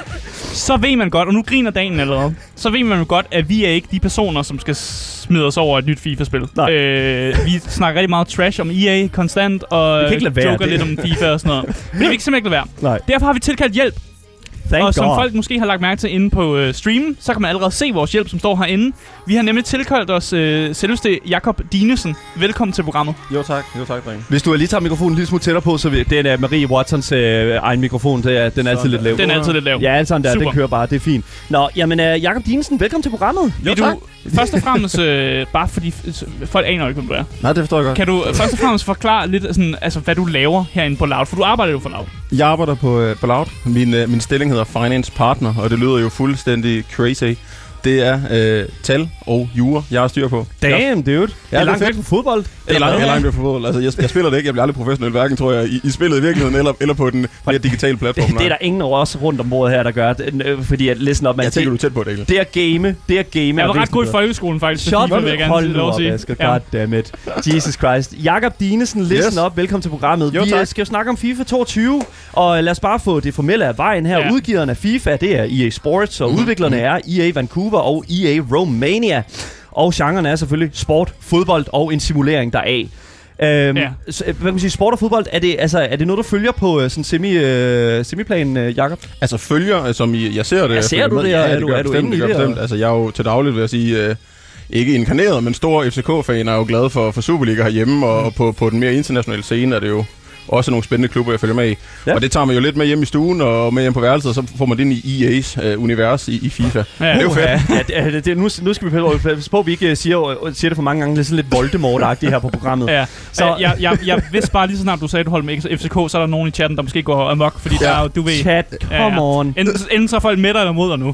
så ved man godt, og nu griner Daniel allerede, så ved man jo godt, at vi er ikke de personer, som skal smide os over et nyt FIFA-spil. Øh, vi snakker rigtig meget trash om E A konstant, og joker lidt om FIFA og sådan noget. Men det vil ikke simpelthen ikke lade være. Nej. Derfor har vi tilkaldt hjælp. Thank og som God. Folk måske har lagt mærke til inde på øh, streamen, så kan man allerede se vores hjælp, som står herinde. Vi har nemlig tilkaldt os øh, selveste Jakob Dinesen. Velkommen til programmet. Jo tak, jo tak, drenge. Hvis du lige tager mikrofonen en lille smule tættere på, så vi, det er Marie Watsons øh, egen mikrofon, det er, den er altid lidt lav. Den er altid lidt lav. Ja, alt sådan der, den kører bare, det er fint. Nå, jamen øh, Jakob Dinesen, velkommen til programmet. Jo, tak. Du, først og fremmest, øh, bare fordi folk aner ikke, hvem du er. Nej, det forstår jeg godt. Kan du først og fremmest forklare lidt, sådan, altså, hvad du laver herinde på Loud? For du arbejder jo for Loud. Jeg arbejder på, øh, på Loud. Min, øh, min stilling hedder Finance Partner, og det lyder jo fuldstændig crazy. Det er øh, tal og jura, jeg har styr på. Damn, dude. Det er langt væk fra fodbold. Det er langt, langt væk fra fodbold. Altså, jeg, jeg spiller det ikke. Jeg bliver aldrig professionel, hverken, tror jeg, i, i spillet i virkeligheden, eller, eller på den mere digitale platform. Det, det er der ingen over os rundt om bordet her, der gør. Det, fordi at listen op, man jeg tænker, du er tæt på det, ikke? Det er game. Det er game. Jeg var ret god i folkeskolen, faktisk. Shut up. Hold nu op, Asger. Goddammit. Jesus Christ. Jakob Dinesen, listen yes. op. Velkommen til programmet. Jo, vi tak. skal jo snakke om FIFA toogtyve, og lad os bare få det formelle af vejen her. Ja. Udgiverne af FIFA, det er E A Sports, og mm. udviklerne mm. er E A Vancouver og E A Romania. Og genren er selvfølgelig sport, fodbold og en simulering deraf. Øhm, ja. så, hvad kan man sige, sport og fodbold, er det, altså, er det noget, du følger på sådan semi, øh, semiplan, øh, Jakob? Altså følger, som I, jeg ser det. Ja, ser du det? Ja, er, det du, er du inde i det? Bestemt. Altså, jeg er jo til dagligt, vil jeg sige, øh, ikke inkarneret, men stor F C K-fan, er jo glad for, for Superliga herhjemme, og, og på, på den mere internationale scene er det jo også nogle spændende klubber, jeg følger med i. Ja. Og det tager man jo lidt med hjem i stuen og med hjem på værelset, og så får man det ind i E A's øh, univers i, i FIFA. Ja, det er jo fedt. Ja, ja, det, det, nu, nu skal vi passe på, at vi ikke siger, siger det for mange gange. Det er sådan lidt Voldemort-agtigt her på programmet. Ja. Så jeg, jeg, jeg vidste bare lige så snart, du sagde, at du holdt med F C K, så er der nogen i chatten, der måske går amok, fordi ja. der er jo, du ved... Chat, come ja, ja. on. Enten, enten så er folk med dig eller mod dig nu.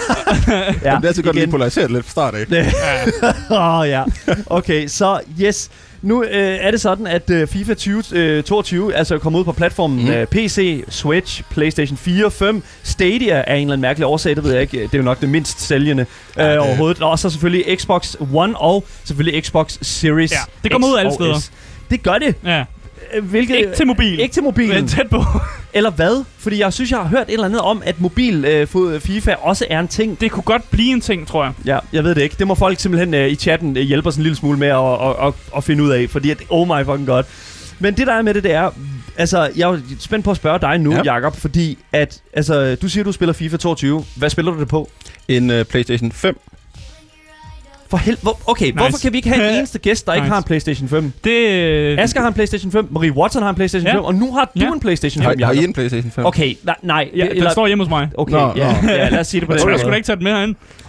ja, det er altså godt lige polariseret lidt fra start af. Åh oh, ja. Okay, så yes... Nu øh, er det sådan, at øh, FIFA tyve toogtyve altså er kommet ud på platformen mm. øh, P C, Switch, PlayStation fire, fem, Stadia er en eller anden mærkelig årsag, det ved jeg ikke. Det er jo nok det mindst sælgende øh, ja, det... overhovedet. Og så selvfølgelig Xbox One og selvfølgelig Xbox Series. Ja, det kommer ud alle steder. Det gør det. Ja. Hvilket, ikke til mobil. Ikke til mobilen. Men tæt på. Eller hvad? Fordi jeg synes, jeg har hørt et eller andet om, at mobil øh, FIFA også er en ting. Det kunne godt blive en ting, tror jeg. Ja, jeg ved det ikke. Det må folk simpelthen øh, i chatten øh, hjælpe os en lille smule med at, at, at, at finde ud af. Fordi at, oh my fucking god. Men det der er med det, det er... Altså, jeg er spændt på at spørge dig nu, ja. Jakob. Fordi at... Altså, du siger, du spiller FIFA toogtyve. Hvad spiller du det på? En uh, PlayStation fem. For helvede. Okay, nice. Hvorfor kan vi ikke have en eneste gæst, der nice. ikke har en PlayStation fem? Det... Asger har en PlayStation fem, Marie Watson har en PlayStation ja. fem, og nu har du ja. en PlayStation fem. Har, har I en PlayStation fem? Okay, nej. nej ja, den står hjemme hos mig. Okay, nå, ja, nå. ja, lad os sige det på den måde. Jeg skulle da ikke tage den med herinde.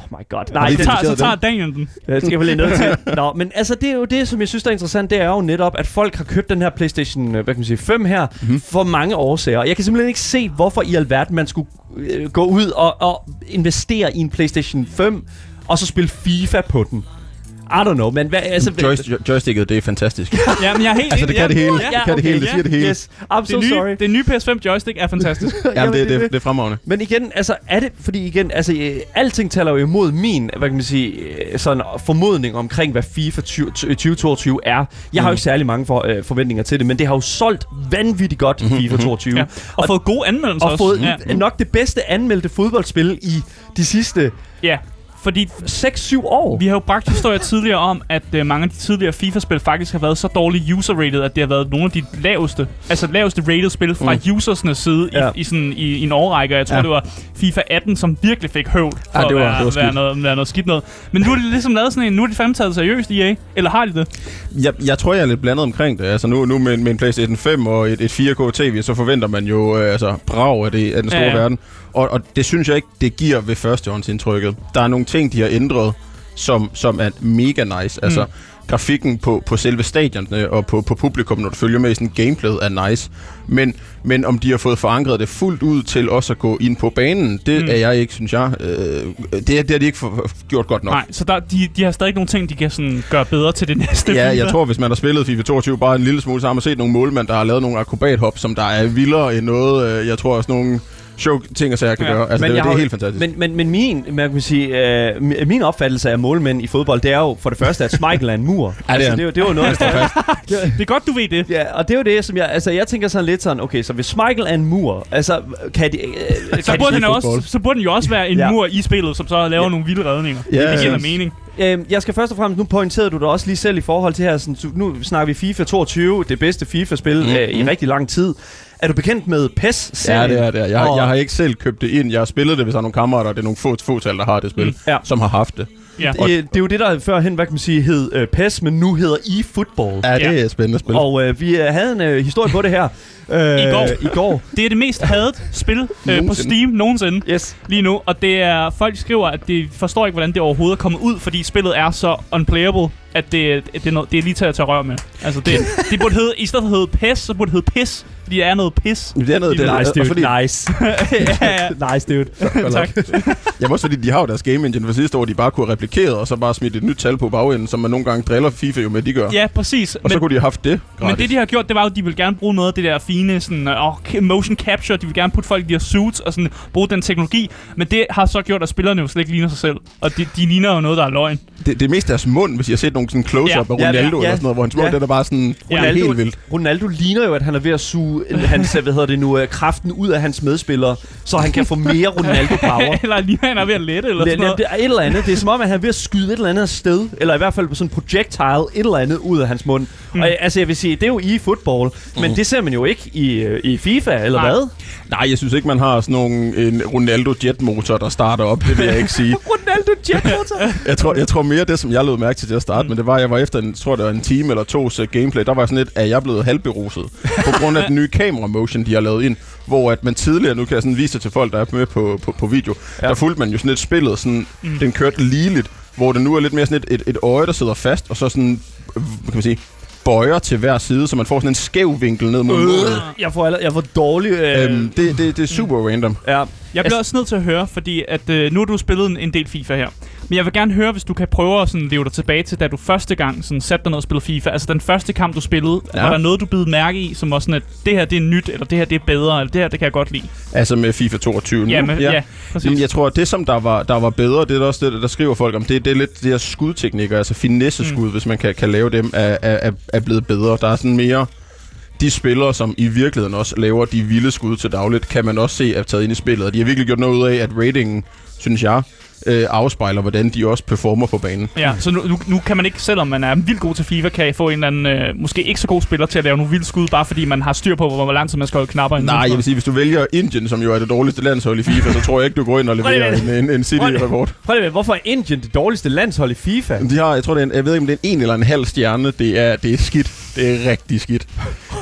my god. Nej, så, tager, så tager Daniel den. Det skal jeg vel nødt til. Nå, men altså, det er jo det, som jeg synes, der er interessant, det er jo netop, at folk har købt den her PlayStation, hvad kan man sige, fem her, mm-hmm. for mange årsager. Jeg kan simpelthen ikke se, hvorfor i alverden man skulle øh, gå ud og, og investere i en PlayStation fem, og så spille FIFA på den. I don't know, men hvad, altså... Joyst- joysticket, det er fantastisk. Ja, men jeg er helt... altså, det kan det hele. Ja, det kan det hele, det siger det hele. Yes, I'm so det nye, sorry. Det nye P S fem joystick er fantastisk. Jamen, det, det, det er fremragende. Men igen, altså, er det... Fordi igen, altså, øh, alting taler jo imod min, hvad kan man sige, øh, sådan formodning omkring, hvad FIFA tyve toogtyve er. Jeg har jo ikke særlig mange for, øh, forventninger til det, men det har jo solgt vanvittigt godt, mm-hmm. FIFA toogtyve. Ja. Og, og fået gode anmeldelser og også. Og fået ja. nok det bedste anmeldte fodboldspil i de sidste... Ja. Fordi seks syv år. Vi har jo bragt historier tidligere om, at uh, mange af de tidligere FIFA-spil faktisk har været så dårligt user-rated, at det har været nogle af de laveste, altså laveste rated spil fra mm. usersernes side ja. i, i, sådan, i, i en årrække. Jeg tror, ja. det var FIFA atten, som virkelig fik høvl for ja, det var, at være, det var være, noget, være noget skidt noget. Men nu er det ligesom lavet sådan en, nu er de fandme taget seriøst, E A. Eller har de det? Jeg, jeg tror, jeg er lidt blandet omkring det. Altså nu, nu med, med en PlayStation fem og et, et fire K T V, så forventer man jo øh, altså, brag af, det, af den store ja, ja. verden. Og, og det synes jeg ikke, det giver ved førstehåndsindtrykket. Der er nogle ting, de har ændret, som, som er mega nice. Altså, mm. grafikken på, på selve stadionerne og på, på publikum, når du følger med i sådan gameplayet, er nice. Men, men om de har fået forankret det fuldt ud til også at gå ind på banen, det mm. er jeg ikke, synes jeg. Øh, det, det har de ikke for, gjort godt nok. Nej, så der, de, de har stadig nogle ting, de kan sådan gøre bedre til det næste Ja, FIFA. Jeg tror, hvis man har spillet FIFA toogtyve bare en lille smule, så har man set nogle målmænd, der har lavet nogle akrobathop, som der er vildere end noget. Jeg tror også nogle... sjov ting og sager kan ja. gøre. Altså, det, det er helt fantastisk. Men, men, men min, man kan sige, øh, min opfattelse af målmænd i fodbold, det er jo for det første, at Schmeichel er en mur. Ja, det, altså, det, er, det var noget, der fast. Det er godt, du ved det. Ja, og det er jo det, som jeg... Altså, jeg tænker sådan lidt sådan, okay, så hvis Schmeichel er en mur, altså, kan de... Øh, kan så, burde de også, så burde den jo også være en ja. mur i spillet, som så laver ja. nogle vilde redninger. Ja, det giver ja. mening. Øh, jeg skal først og fremmest, nu pointerede du det også lige selv i forhold til her, sådan, nu snakker vi FIFA toogtyve, det bedste FIFA-spil mm. øh, i rigtig lang tid. Er du bekendt med P E S-serien? Ja, det er det. Jeg, og... jeg har ikke selv købt det ind. Jeg har spillet det, hvis der er nogle kammerater, og det er nogle få fåtal, der har det spil, mm. ja. som har haft det. Ja. Det, det er jo det, der førhen, hvad kan man sige, hed uh, P E S, men nu hedder eFootball. Ja, det er et spændende spil. Og uh, vi uh, havde en uh, historie på det her. Uh, I går. I går. Det er det mest hadet spil uh, på Steam nogensinde yes. lige nu. Og det er, folk skriver, at de forstår ikke, hvordan det overhovedet er kommet ud, fordi spillet er så unplayable, at det, det, er, noget, det er lige til at tage rør med. Altså, det, det burde hedde, i stedet for at hedde P E S, så burde det hedde Piss, fordi det er noget pis. Det er noget, det er nice, dude. Fordi... Nice. ja, ja. Nice, dude. Tak. Jamen også fordi, de har jo deres game engine for sidste år, de bare kunne have replikeret, og så bare smidt et nyt tal på bagenden, som man nogle gange driller FIFA jo med, de gør. Ja, præcis. Og men, så kunne de have haft det gratis. Men det, de har gjort, det var jo, at de vil gerne bruge noget af det der fine sådan, oh, motion capture. De vil gerne putte folk i de her suits og sådan, bruge den teknologi. Men det har så gjort, at spillerne jo slet ikke ligner sig selv. Og de, de ligner jo noget, der er løgn. Det, det er mest deres mund, hvis jeg har set nogle sådan close-up ja. af Ronaldo ja, ja, ja. eller sådan noget, hvor hans mund ja. er bare sådan Ronaldo, helt vildt. Ronaldo ligner jo, at han er ved at suge hans, hvad hedder det nu, kraften ud af hans medspillere, så han kan få mere Ronaldo-power. Eller lige han er ved at lette, eller L- sådan noget. Det er et eller andet. Det er som om, at han er ved at skyde et eller andet sted, eller i hvert fald på sådan en projectile, et eller andet ud af hans mund. Mm. Og altså, jeg vil sige, det er jo i fodbold, mm. men det ser man jo ikke i, i FIFA, eller Nej. hvad? Nej, jeg synes ikke, man har sådan nogle, en Ronaldo jetmotor, der starter op. Det vil jeg ikke sige. Ronaldo jetmotor? jeg, tror, jeg tror mere, det som jeg lød mærke til til at starte, mm. men det var, jeg var efter en, tror det var en time eller tos uh, gameplay, der var sådan lidt, at jeg blev halvberuset. På grund af den nye camera motion, de har lavet ind, hvor at man tidligere, nu kan jeg sådan vise det til folk, der er med på, på, på video, ja. der fulgte man jo sådan et spillet, sådan, mm. den kørte ligeligt, hvor det nu er lidt mere sådan et, et, et øje, der sidder fast, og så sådan, hvad kan man sige, bøjer til hver side, så man får sådan en skæv vinkel ned mod øh, målet. Jeg får, jeg får dårlig... Øh... Øhm, det, det, det er super mm. random. Ja. Jeg bliver også nødt til at høre, fordi at, øh, nu har du spillet en, en del FIFA her. Men jeg vil gerne høre, hvis du kan prøve at sådan, leve dig tilbage til, da du første gang sådan, satte dig ned og spillede FIFA. Altså den første kamp, du spillede. Ja. Var der noget, du bed mærke i, som var sådan, at det her det er nyt, eller det her det er bedre, eller det her det kan jeg godt lide? Altså med FIFA toogtyve nu? Ja, med, ja. ja præcis. Jamen, jeg tror, at det, som der var, der var bedre, det er også det, der skriver folk om, det, det er lidt de her skudteknikker, altså finesse-skud, mm. hvis man kan, kan lave dem, er, er, er blevet bedre. Der er sådan mere... De spillere, som i virkeligheden også laver de vilde skud til dagligt, kan man også se er taget ind i spillet. Og de har virkelig gjort noget ud af, at ratingen, synes jeg, øh, afspejler, hvordan de også performer på banen. Ja, så nu, nu, nu kan man ikke, selvom man er vildt god til FIFA, kan I få en eller anden, øh, måske ikke så god spiller til at lave nogle vilde skud, bare fordi man har styr på, hvor lang tid man skal holde knapper. Nej, jeg vil sige, hvis du vælger Indien, som jo er det dårligste landshold i FIFA, så tror jeg ikke, du går ind og leverer en, en, en City-rekord. Prøv lige, hvorfor er Indien det dårligste landshold i FIFA? De har, jeg tror, det er en, jeg ved ikke, om det er en en eller en halv stjerne. Det er, det er skidt. Det er rigtig skidt.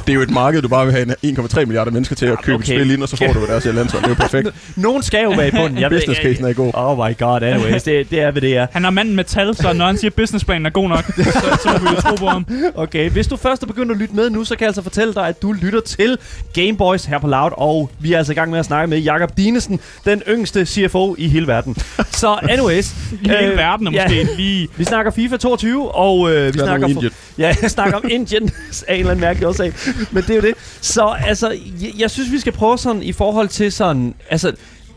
det er jo et marked, du bare vil have en komma tre milliarder mennesker til at købe okay. et spil ind, og så får du deres landshold. Det er jo perfekt. Nogen skal jo være i bunden. Jeg business casen er god. Oh my god, anyways. Det, det er, hvad det er. Han er manden med tal, så når han siger, at businessplanen er god nok, så, så må vi jo tro på ham. Okay, hvis du først er begyndt at lytte med nu, så kan jeg altså fortælle dig, at du lytter til Gameboys her på Loud, og vi er altså i gang med at snakke med Jakob Dinesen, den yngste C F O i hele verden. Så anyways. I hele øh, verden er måske ja, lige... Vi snakker FIFA toogtyve, og øh, vi snakker... Om ja, jeg snakker om Indien af en eller anden mærkelig årsag. Men det er jo det. Så altså, jeg, jeg synes, vi skal prøve sådan i forhold til sådan... Altså,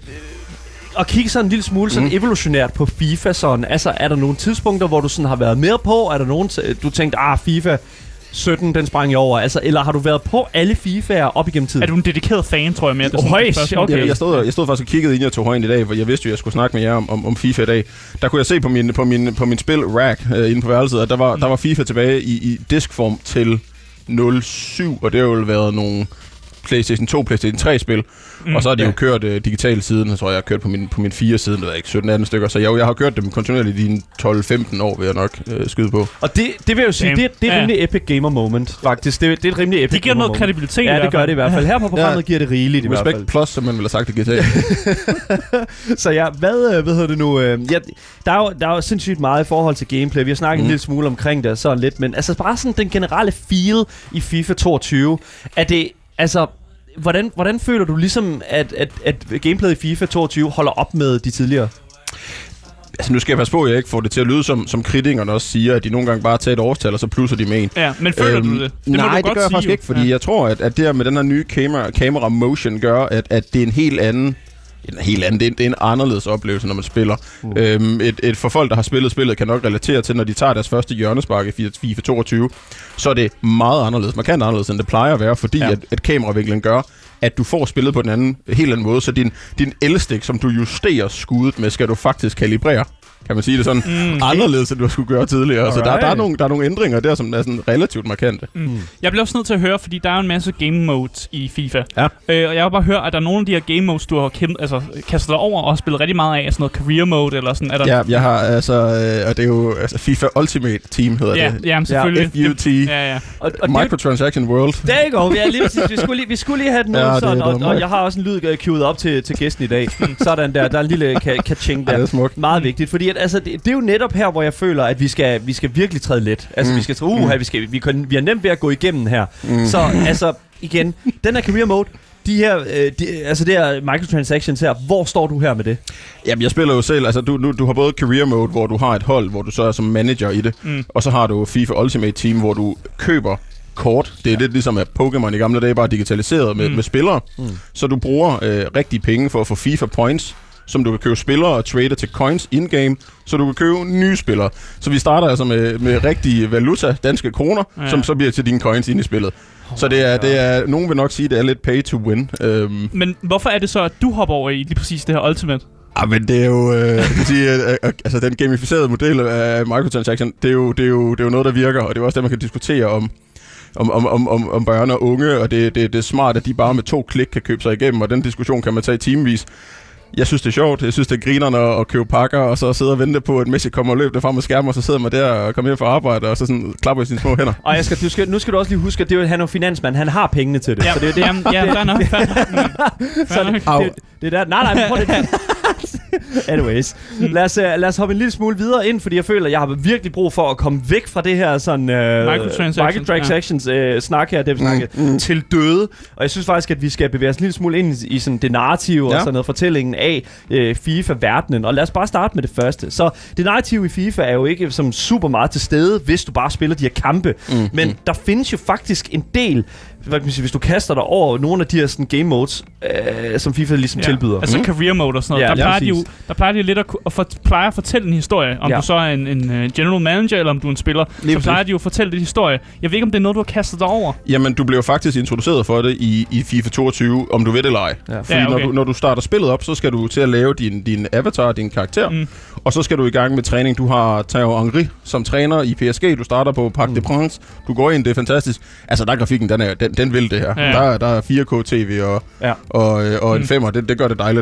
og kigge sådan en lille smule sådan mm. evolutionært på FIFA sådan. Altså, er der nogle tidspunkter, hvor du sådan har været med på? Er der nogen, t- du tænkte, ah, FIFA sytten, den sprang jeg over. Altså, eller har du været på alle FIFA'er op igennem tiden? Er du en dedikeret fan, tror jeg mere? Oh, høj, okay. Jeg, jeg, stod, jeg stod faktisk og kiggede, inden jeg tog højen i dag, hvor jeg vidste jo, jeg skulle snakke med jer om, om, om FIFA i dag. Der kunne jeg se på min, på min, på min spil rack øh, inde på værelset, at der var, mm. der var FIFA tilbage i, i diskform til nul syv, og det har jo været nogle PlayStation to, PlayStation tre-spil. Mm, og så har de ja. jo kørt uh, digitalt siden, jeg tror jeg har kørt på min, på min fire siden, det ved jeg ikke, sytten atten stykker. Så jeg, jeg har kørt dem kontinuerligt i de tolv femten år, vil jeg nok uh, skyde på. Og det, det vil jeg jo sige, det, det er ja. rimelig epic gamer moment, faktisk. Det, det er et rimelig epic det giver gamer noget kredibilitet. Ja, det gør det i hvert fald. Her på programmet ja. giver det rigeligt i Respect hvert fald. Plus, som man ville have sagt i G T A. Så ja, hvad, hvad hedder det nu? Ja, der, er jo, der er jo sindssygt meget i forhold til gameplay. Vi har snakket mm. en lille smule omkring det, så lidt. Men altså bare sådan den generelle feel i FIFA toogtyve, er det, altså... Hvordan, hvordan føler du ligesom, at, at, at gameplayet i FIFA toogtyve holder op med de tidligere? Altså, nu skal jeg passe på, at jeg ikke får det til at lyde, som, som kritikerne også siger, at de nogle gange bare tager et årstal, og så plusser de med en. Ja, men føler øhm, du det? Det nej, må du det godt gør jeg faktisk jo. ikke, fordi ja. jeg tror, at, at det her med den her nye camera, camera motion gør, at, at det er en helt anden... En helt anden. Det er, det er en anderledes oplevelse, når man spiller. Uh. Øhm, et, et for folk, der har spillet spillet, kan nok relatere til, når de tager deres første hjørnespark i FIFA toogtyve, så er det meget anderledes. Man kan anderledes, end det plejer at være, fordi ja. at, at kameravinklen gør, at du får spillet på den anden, helt anden måde. Så din, din L-stik, som du justerer skuddet med, skal du faktisk kalibrere. Kan man sige det sådan mm, anderledes, end du skulle gøre tidligere. Alright. Så der, der, er nogle, der er nogle ændringer der, som er sådan relativt markante. Mm. Jeg bliver også nødt til at høre, fordi der er en masse game modes i FIFA. Ja. Øh, og jeg vil bare høre, at der er nogle af de her game modes, du har kæm- altså, kastet dig over og spillet rigtig meget af, sådan noget career mode eller sådan. Er der ja, jeg har altså, øh, og det er jo altså, FIFA Ultimate Team hedder ja, det. Ja, selvfølgelig. F U T. Ja, ja. Og, og Microtransaction World. Der er go. Vi, er lige, vi, skulle lige, vi skulle lige have den ja, sådan, og, og jeg har også en lyd queued op til, til gæsten i dag. Sådan der, der er en lille ka-ching der. Ja, det er smukt. Meget vigtigt, fordi at, altså, det, det er jo netop her, hvor jeg føler, at vi skal, vi skal virkelig træde let. Altså, mm. vi skal træde, uh, mm. vi, skal, vi, kan, vi er nemt ved at gå igennem her. Mm. Så altså, igen, den her career mode, de her, øh, de, altså det her microtransactions her, hvor står du her med det? Jamen, jeg spiller jo selv, altså du, du, du har både career mode, hvor du har et hold, hvor du så er som manager i det, mm. og så har du FIFA Ultimate Team, hvor du køber kort. Det er ja. lidt ligesom at Pokémon i gamle dage bare digitaliseret med, mm. med spillere. Mm. Så du bruger øh, rigtige penge for at få FIFA points, som du kan købe spillere og trade til coins in-game, så du kan købe nye spillere. Så vi starter altså med, med rigtige valuta, danske kroner, ja. som så bliver til dine coins ind i spillet. Så det er, det er, nogen vil nok sige, det er lidt pay to win. Um, men hvorfor er det så, at du hopper over i lige præcis det her Ultimate? Ah, men det er jo, øh, jeg kan sige, øh, øh, altså den gamificerede model af microtransaction, det er, jo, det, er jo, det er jo noget, der virker, og det er også det, man kan diskutere om, om, om, om, om, om børn og unge, og det, det, det er smart, at de bare med to klik kan købe sig igennem, og den diskussion kan man tage i timevis. Jeg synes, det er sjovt. Jeg synes, det er grinerne at købe pakker, og så sidde og vente på, at Messi kommer og løber frem med skærmen, og så sidder man der og kommer hjem fra arbejde, og så sådan klapper i sine små hænder. Og jeg skal, du skal, nu skal du også lige huske, at det er, han er jo finansmand. Han har pengene til det. Ja, så det er det. Jamen, ja, fair nok. Så det, det, det der. Nej, nej, prøv det. Anyways, lad os, uh, lad os hoppe en lille smule videre ind, fordi jeg føler, at jeg har virkelig brug for at komme væk fra det her sådan uh, microtransactions, microtransactions ja. uh, snak her, det vi snakker mm, mm. til døde. Og jeg synes faktisk, at vi skal bevæge os en lille smule ind i, i sådan det narrative ja. og sådan noget fortællingen af uh, FIFA-verdenen. Og lad os bare starte med det første. Så det narrative i FIFA er jo ikke som super meget til stede, hvis du bare spiller de her kampe. Mm, Men mm. der findes jo faktisk en del, hvad kan man sige, hvis du kaster dig over nogle af de her sådan game modes, øh, som FIFA ligesom ja. tilbyder. Altså mm. career mode og sådan noget. Ja, der, plejer de jo, der plejer de lidt at, at for, plejer at fortælle en historie. Om ja. du så er en, en uh, general manager, eller om du er en spiller, lige så plejer de jo at fortælle din historie. Jeg ved ikke, om det er noget, du har kastet dig over. Jamen, du bliver faktisk introduceret for det i, i FIFA toogtyve, om du ved det eller ej. Ja. Fordi ja, okay. når, du, når du starter spillet op, så skal du til at lave din, din avatar, din karakter. Mm. Og så skal du i gang med træning. Du har Thierry Henry som træner i P S G. Du starter på Parc mm. des Princes. Du går ind, det er fantastisk. Altså, der er grafikken, den, er, den, den vil det her. Ja. Der, der er fire K T V og, ja. og, og en mm. femmer. Det, det gør det dejligt.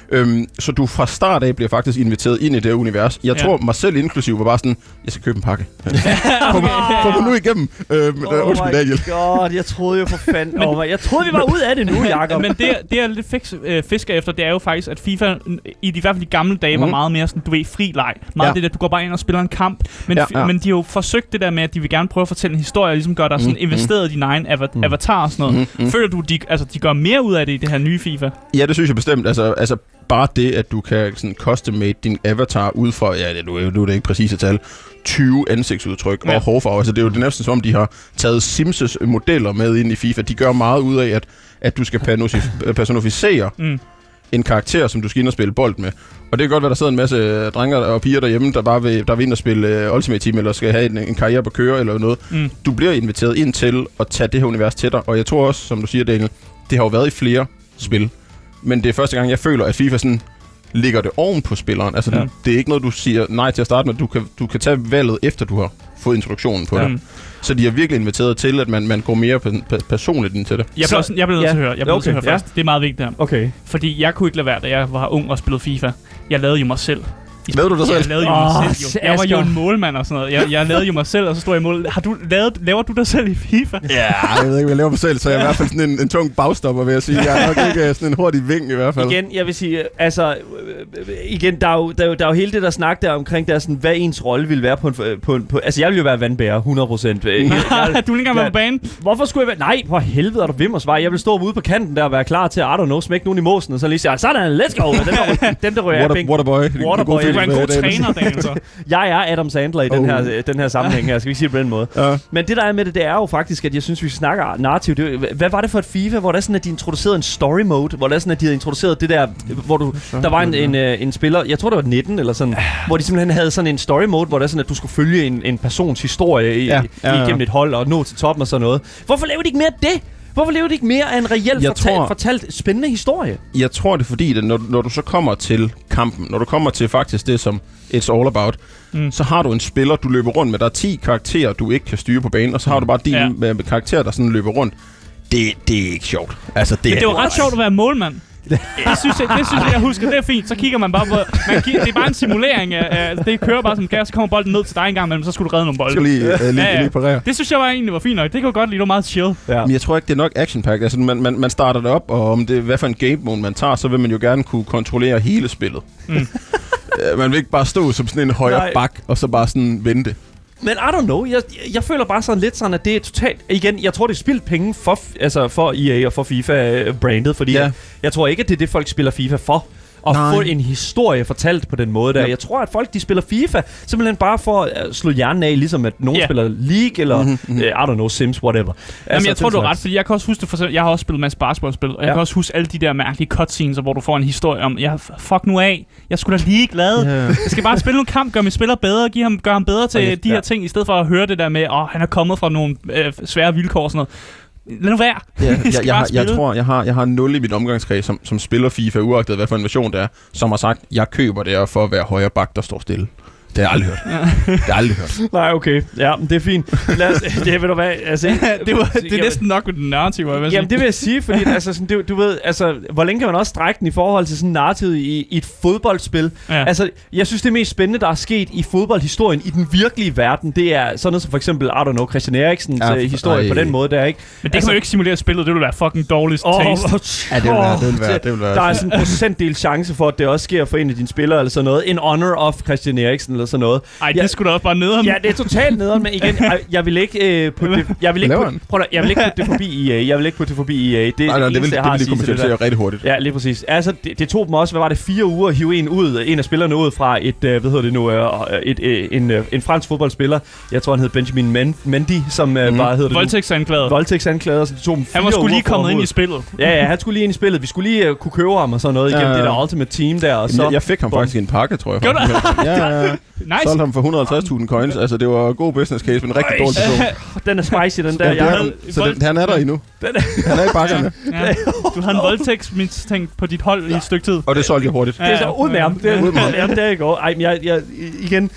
Øhm, så du fra start af bliver faktisk inviteret ind i det univers. Jeg tror, ja. mig selv inklusiv var bare sådan, jeg skal købe en pakke. Få mig nu igennem. Øhm, oh undskyld, Daniel. God, jeg troede jo for fanden. oh my, jeg troede, vi var ud af det nu, Jacob. Men det, det er lidt fix, øh, fisker efter, det er jo faktisk, at FIFA i de, i hvert fald de gamle dage mm. var meget mere sådan, du ved, fri leg. Meget ja. det der, du går bare ind og spiller en kamp. Men, ja, ja. men de har jo forsøgt det der med, at de vil gerne prøve at fortælle en historie, og ligesom gør dig sådan mm. investeret i din egen av- mm. avatar og sådan noget. Mm. Mm. Føler du, de, altså, de gør mere ud af det i det her nye FIFA? Ja, det synes jeg bestemt. Altså, altså bare det, at du kan sådan custom-made din avatar ud fra, ja, det, nu er det ikke præcise tal, tyve ansigtsudtryk ja. og hårfarve. Altså, det er jo det næsten som om, de har taget Sims' modeller med ind i FIFA. De gør meget ud af, at, at du skal personificere mm. en karakter, som du skal ind og spille bold med. Og det kan godt være, der sidder en masse drenge og piger derhjemme, der bare vil, der vil ind og spille uh, Ultimate Team, eller skal have en, en karriere på køre, eller noget. Mm. Du bliver inviteret ind til at tage det her univers til dig. Og jeg tror også, som du siger, Daniel, det har jo været i flere spil. Men det er første gang, jeg føler, at FIFA sådan ligger det oven på spilleren. Altså, ja. det er ikke noget, du siger nej til at starte med. Du kan, du kan tage valget, efter du har fået introduktionen på ja. det. Så de har virkelig inviteret til, at man, man går mere pe- personligt ind til det. Jeg bliver også, jeg bliver nødt til at høre, jeg bliver okay. til at høre først. Ja. Det er meget vigtigt her. Okay. Fordi jeg kunne ikke lade være, da jeg var ung og spillede FIFA. Jeg lavede jo mig selv. Lavede du dig selv? Jeg lavede jo oh, mig selv. Jo. Jeg var jo en målmand og sådan noget. Jeg, jeg lavede jo mig selv, og så stod jeg i mål. Har du lavet, laver du dig selv i FIFA? Ja, jeg ved ikke, om jeg laver mig selv, så jeg er i hvert fald sådan en, en tung bagstopper, vil jeg sige. Jeg er nok ikke sådan en hurtig ving i hvert fald. Igen, jeg vil sige, altså, igen, der er jo, der er jo, der er jo hele det der snak der omkring, der sådan, hvad ens rolle ville være på en, på en, på, altså jeg ville jo være vandbærer, hundrede procent. Du vil ikke engang være på banen? Hvorfor skulle jeg være, nej, for helvede er du vimmer svar. Jeg vil stå ude på kanten der og være klar til, I don't know, smække nogen i måsen, og så lige sige, sådan, let's go, den der, den der rører jeg bænk. Waterboy. Waterboy. Du er en god træner. Jeg er Adam Sandler i oh. den her den her sammenhæng her, skal vi sige det på den måde. Ja. Men det der er med det, det er jo faktisk, at jeg synes, vi snakker narrativ. Det, hvad var det for et FIFA, hvor der sådan, at de introducerede en story mode, hvor der sådan, at de havde introduceret det der, hvor du, der var en, en, en spiller, jeg tror det var nitten eller sådan, hvor de simpelthen havde sådan en story mode, hvor der sådan, at du skulle følge en, en persons historie i, ja. Ja, ja. igennem et hold og nå til toppen og sådan noget. Hvorfor laver de ikke mere af det? Hvorfor lever det ikke mere af en reelt fortalt, tror, fortalt spændende historie? Jeg tror det er fordi, at når, når du så kommer til kampen, når du kommer til faktisk det, som It's All About, mm. så har du en spiller, du løber rundt med. Der er ti karakterer, du ikke kan styre på banen, og så har du bare din ja. med, med karakterer, der sådan løber rundt. Det, det er ikke sjovt. Altså, det, Men det er jo ret sjovt at være målmand. Det synes, jeg, det synes jeg, jeg husker, det er fint. Så kigger man bare på... Man kigger, det er bare en simulering af... af det kører bare som gas, så kommer bolden ned til dig en gang imellem, så skulle du redde nogle bolde. Skal lige, uh, lige, ja, ja. lige parere. Det synes jeg var egentlig var fint nok. Det kunne jeg godt lide, det var meget chill. Ja. Men jeg tror ikke, det er nok action-pack. Altså, man, man, man starter det op, og om det er, hvad for en game mode man tager, så vil man jo gerne kunne kontrollere hele spillet. Mm. Man vil ikke bare stå som sådan en højre bak, og så bare sådan vente. Men I don't know, jeg, jeg føler bare sådan lidt sådan, at det er totalt... Igen, jeg tror, det er spildt penge for, altså for E A og for FIFA-brandet, fordi ja. jeg, jeg tror ikke, at det er det, folk spiller FIFA for. Og Nej. få en historie fortalt på den måde der. Yep. Jeg tror, at folk, de spiller FIFA, simpelthen bare for at slå hjernen af, ligesom at nogen yeah. spiller League, eller mm-hmm. uh, I don't know, Sims, whatever. Jamen, altså, jeg tror, du er ret, fordi jeg kan også huske det, for jeg har også spillet en masse basketballspil, og ja. jeg kan også huske alle de der mærkelige cutscenes, hvor du får en historie om, jeg fuck nu af, jeg skulle da lige glad. Yeah. Jeg skal bare spille nogle kamp, gøre min spiller bedre, give ham, gøre ham bedre til okay. de her ja. ting, i stedet for at høre det der med, åh, oh, han er kommet fra nogle øh, svære vilkår og sådan noget. Lad nu være. Ja, jeg, jeg, jeg, jeg tror, jeg har, jeg har nul i mit omgangskreds, som, som spiller FIFA, uagtet hvad for en version det er, som har sagt, jeg køber det for at være højre bak, der står stille. Det har jeg aldrig hørt. Ja. Det har jeg aldrig hørt. Nej, okay. Ja, det er fint. Lad os, det vil du hvad, altså, det, var, det er næsten nok med den narrativ, jeg vil sige. Jamen, det vil jeg sige, fordi altså, sådan, du, du ved, altså, hvor længe kan man også strække den i forhold til sådan en narrativ i, i et fodboldspil? Ja. Altså, jeg synes, det mest spændende, der er sket i fodboldhistorien, i den virkelige verden, det er sådan noget som for eksempel, I don't know, Christian Eriksens ja, historie ej. på den måde der, ikke? Men det altså, kan man jo ikke simulere spillet, det vil være fucking dårligst oh, taste. Oh, ja, det vil være, det vil være, det vil være. Der er sådan en procentdel chance for, at det også sker for en af dine spillere, eller sådan noget. In honor of Christian Eriksen, eller sådan noget. Ej, det skulle da også bare nederen. Ja, det er totalt nederen, men igen, jeg vil ikke øh, putte det, jeg vil ikke putte, prøv at, jeg vil ikke putte det forbi E A. Jeg vil ikke putte det forbi E A. Det er nej, nej, det, det vil, jeg det vil de kommercialisere rigtig hurtigt. Ja, lige præcis. Altså, det, det tog dem også, hvad var det, fire uger at hive en ud, en af spillerne ud fra et, øh, hvad hedder det nu, øh, et, øh, en, øh, en fransk fodboldspiller. Jeg tror, han hed Benjamin Men- Mendy, som øh, mm. bare hedder det Voldtægtsanklaget. Voldtægtsanklaget, så det tog dem fire Han var sgu lige kommet ind i spillet. Ja, ja, han skulle lige ind i spillet. Vi skulle lige uh, kunne købe ham og sådan noget igennem ja, det der Ultimate Team der. Og så jeg, jeg fik ham faktisk i en pakke, tror jeg. Gjorde du? Ja, ja, ja. Nice. Solgte ham for et hundrede og halvtreds tusind coins. Altså, det var god business case, men en rigtig dårlig person. Den er spicy, den der. Ja, jeg havde, så den, han er der endnu. Han er i pakkerne. Ja. Du havde en voldtægtsmistænkt på dit hold i et stykke tid. Og det solgte jeg hurtigt. Det er så udmærket. Det er udmærket, det er ikke. Ej, men jeg, jeg, igen...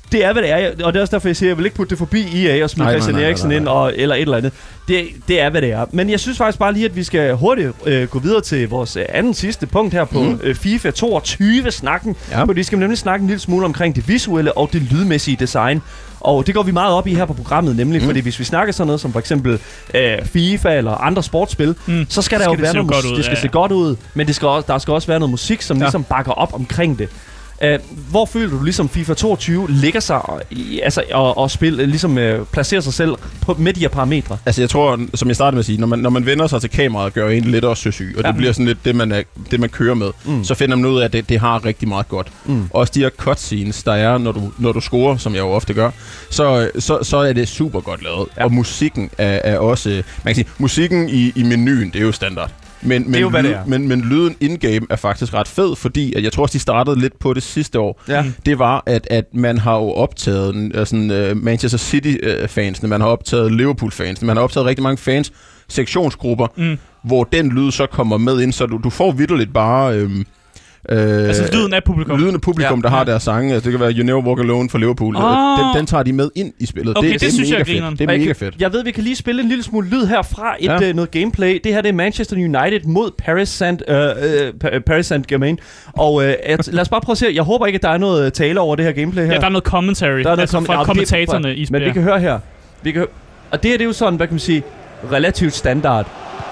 det er, hvad det er, og det er også derfor, jeg siger, jeg vil ikke putte det forbi E A og smide Christian Eriksen ind, og, eller et eller andet. Det, det er, hvad det er. Men jeg synes faktisk bare lige, at vi skal hurtigt øh, gå videre til vores øh, anden sidste punkt her på mm. øh, FIFA toogtyve-snakken. Ja. Hvor vi skal nemlig snakke en lille smule omkring det visuelle og det lydmæssige design. Og det går vi meget op i her på programmet, nemlig mm. fordi hvis vi snakker sådan noget som for eksempel øh, FIFA eller andre sportsspil, mm. så skal der skal jo være noget musik. Ud, det skal ja. se godt ud, men det skal også, der skal også være noget musik, som ja. ligesom bakker op omkring det. Uh, hvor føler du ligesom FIFA toogtyve ligger sig og, altså, og, og spil, ligesom uh, placerer sig selv på, med de her parametre? Altså jeg tror, som jeg startede med at sige, når man, når man vender sig til kameraet, gør en lidt også søsyg, og ja. det bliver sådan lidt det, man, er, det, man kører med, mm. så finder man ud af, at det, det har rigtig meget godt. Mm. Også de her cutscenes, der er, når du, når du scorer, som jeg jo ofte gør, så, så, så er det super godt lavet. Ja. Og musikken er, er også, man kan sige, musikken i, i menuen, det er jo standard. Men, men, jo, lyd, men, men lyden in-game er faktisk ret fed, fordi at jeg tror også, de startede lidt på det sidste år. Ja. Det var, at, at man har jo optaget altså, uh, Manchester City-fansene, man har optaget Liverpool-fansene, man har optaget rigtig mange fans, sektionsgrupper, mm. hvor den lyd så kommer med ind, så du, du får vitterligt bare... Øhm, Øh, altså lyden af publikum. Lyden af publikum, ja. der har deres sange. Altså, det kan være You Never Walk Alone for Liverpool. Oh. Den, den tager de med ind i spillet. Okay, det, det, det, synes er jeg mega fedt. Det er mega fedt. Jeg ved, vi kan lige spille en lille smule lyd her fra et, ja. uh, noget gameplay. Det her det er Manchester United mod Paris Saint, uh, uh, Paris Saint-Germain. Og uh, at, lad os bare prøve at se. Jeg håber ikke, at der er noget tale over det her gameplay her. Ja, der er noget commentary. Der er noget altså kom- fra ja, kommentatorerne det, i spillet. Men vi kan høre her. Vi kan høre. Og det her det er jo sådan, hvad kan man sige, relativt standard.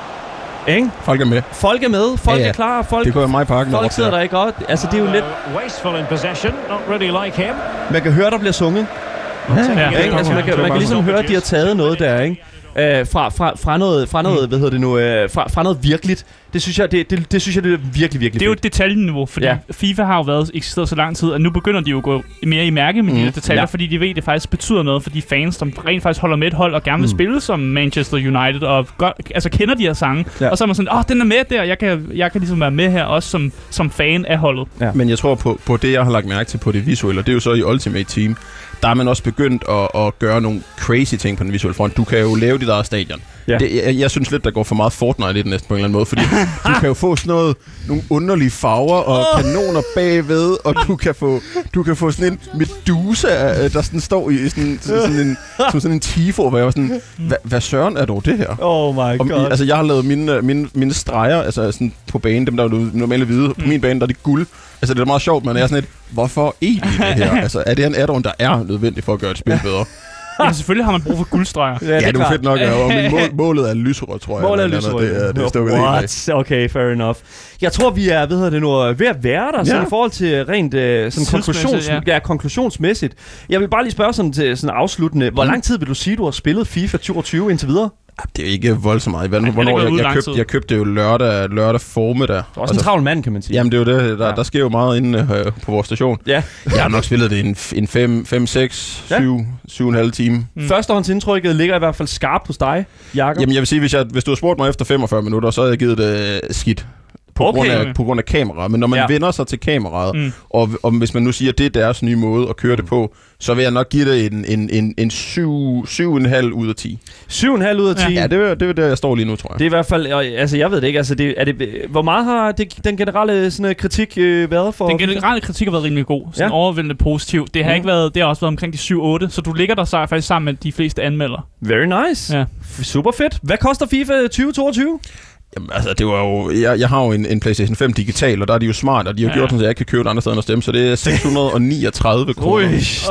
Ikke? Folk er med. Folk er med. Folk ja, ja. er klar. Folk, det kunne være mig i parken. Folk sidder der ikke godt. Altså, det er jo lidt... Wasteful in possession. Not really like him. Man kan høre, der bliver sunget. Ja, ja, ja. Altså, man kan, man kan ligesom høre, at de har taget noget der, ikke? Øh, fra, fra, fra noget, fra noget, mm. hvad hedder det nu, øh, fra, fra noget virkeligt. Det synes jeg, det, det, det synes jeg, det er virkelig, virkelig Det er fedt. Jo et detaljeniveau, fordi ja. FIFA har jo været eksisteret så lang tid, at nu begynder de jo at gå mere i mærke med mm. de detaljer, ja. fordi de ved, at det faktisk betyder noget for de fans, som rent faktisk holder med et hold og gerne vil mm. spille som Manchester United, og godt, altså kender de her sange. Ja. Og så er man sådan, åh, oh, den er med der, jeg kan, jeg kan ligesom være med her, også som, som fan af holdet. Ja. Men jeg tror på, på det, jeg har lagt mærke til på det visuelle, og det er jo så i Ultimate Team, der er man også begyndt at, at gøre nogle crazy ting på den visuelle front. Du kan jo lave dit eget stadion. Ja. Det, jeg, jeg synes lidt, der går for meget Fortnite i det næsten på en eller anden måde, fordi du kan jo få sådan noget, nogle underlige farver og oh. kanoner bagved, og du kan få, du kan få sådan en Medusa, der sådan står i sådan, sådan en, som sådan en tifo, hvor jeg var sådan, Hva, hvad søren er dog det her? Oh my god. Og, altså, jeg har lavet mine, mine, mine streger, altså sådan på banen, dem der er normalt hvide, mm. på min bane, der er det guld. Altså, det er meget sjovt, men jeg er sådan lidt, hvorfor egentlig det her? Altså, er det en add-on, der er nødvendig for at gøre et spil bedre? Ja, selvfølgelig har man brug for guldstreger. Ja, det er, det er fedt nok, og min mål, målet er lysrød, tror jeg. Målet er lysrød. Det er, det er stukket What? Okay, fair enough. Jeg tror, vi er ved, det nu, ved at være der, ja. så i forhold til rent sådan konklusions, ja. Ja, konklusionsmæssigt. Jeg vil bare lige spørge sådan til sådan afsluttende. Hvor lang tid vil du sige, du har spillet FIFA toogtyve indtil videre? Det er ikke voldsomt meget. Hvornår, Hvornår jeg, jeg, købte, jeg købte det jo lørdag, lørdag formiddag. Du er også altså, en travl mand, kan man sige. Jamen, det er jo det. Der, ja. der sker jo meget inde øh, på vores station. Ja. Jeg har nok spillet det en, en fem, fem, seks, ja. syv, syv og en halv time. Mm. Førstehåndsindtrykket ligger i hvert fald skarpt hos dig, Jakob. Jamen, jeg vil sige, hvis, jeg, hvis du har spurgt mig efter femogfyrre minutter, så havde jeg givet det skidt. På, okay. grund af, på grund af kameraet. Men når man ja. vender sig til kameraet, mm. og, og hvis man nu siger, at det er deres nye måde at køre det på, så vil jeg nok give det en, en, en, en syv, syv og en halv ud af ti. syv og en halv ud af ti? Ja, det er, det er der, jeg står lige nu, tror jeg. Det er i hvert fald, altså jeg ved det ikke, altså det, er det, hvor meget har det, den generelle sådan, kritik øh, været for? Den generelle kritik har været rimelig god, sådan ja. overvældende positiv. Det har mm. ikke været, det har også været omkring de syv otte, så du ligger der så faktisk sammen med de fleste anmeldere. Very nice. Ja. Super fedt. Hvad koster FIFA tyve toogtyve? Jamen, altså, det var jo... Jeg, jeg har jo en, en PlayStation fem digital, og der er de jo smart, og de har ja. gjort sådan, så jeg kan købe et andet sted end at stemme, så det er seks hundrede og niogtredive kroner.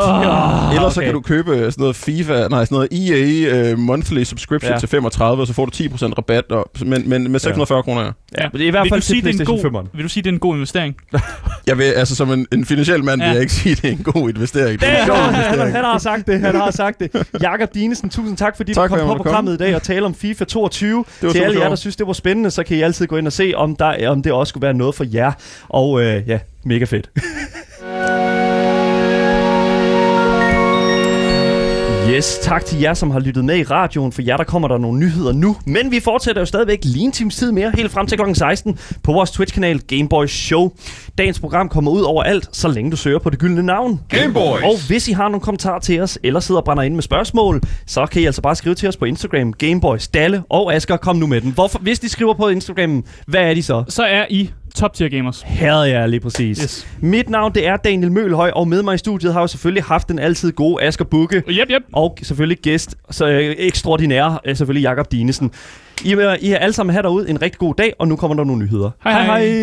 Oh, Ellers okay. så kan du købe sådan noget FIFA, nej, sådan noget E A uh, monthly subscription ja. til femogtredive, og så får du ti procent rabat, og, men, men med seks hundrede og fyrre kroner, ja. Ja, men det er i hvert fald til PlayStation femeren. Vil du sige, det er en god investering? Jeg vil, altså som en, en finansiel mand, ja. vil jeg ikke sige, det er en god investering. Det er en god investering. Han har sagt det, han har sagt det. Jakob Dinesen, tusind tak, fordi tak, du kom på programmet i dag og tale om FIFA toogtyve. Til alle jer, der synes, det var spændende, så kan I altid gå ind og se, om, der, om det også skulle være noget for jer. Og øh, ja, mega fedt. Yes, tak til jer, som har lyttet med i radioen. For jer, der kommer der nogle nyheder nu. Men vi fortsætter jo stadigvæk lige en times tid mere, helt frem til klokken seksten, på vores Twitch-kanal Gameboys Show. Dagens program kommer ud over alt, så længe du søger på det gyldne navn. Gameboys! Og hvis I har nogle kommentarer til os, eller sidder og brænder ind med spørgsmål, så kan I altså bare skrive til os på Instagram. Gameboys, Dalle og Asger, kom nu med den. Hvorfor, hvis de skriver på Instagram, hvad er de så? Så er I Top tier gamers. Havde jeg lige præcis. Yes. Mit navn, det er Daniel Mølhøj, og med mig i studiet har jeg selvfølgelig haft den altid gode Asger Bukke. Yep, yep. Og selvfølgelig gæst, så øh, ekstraordinær, øh, selvfølgelig Jakob Dinesen. I, I har alle sammen her derude en rigtig god dag, og nu kommer der nogle nyheder. Hej hej. hej.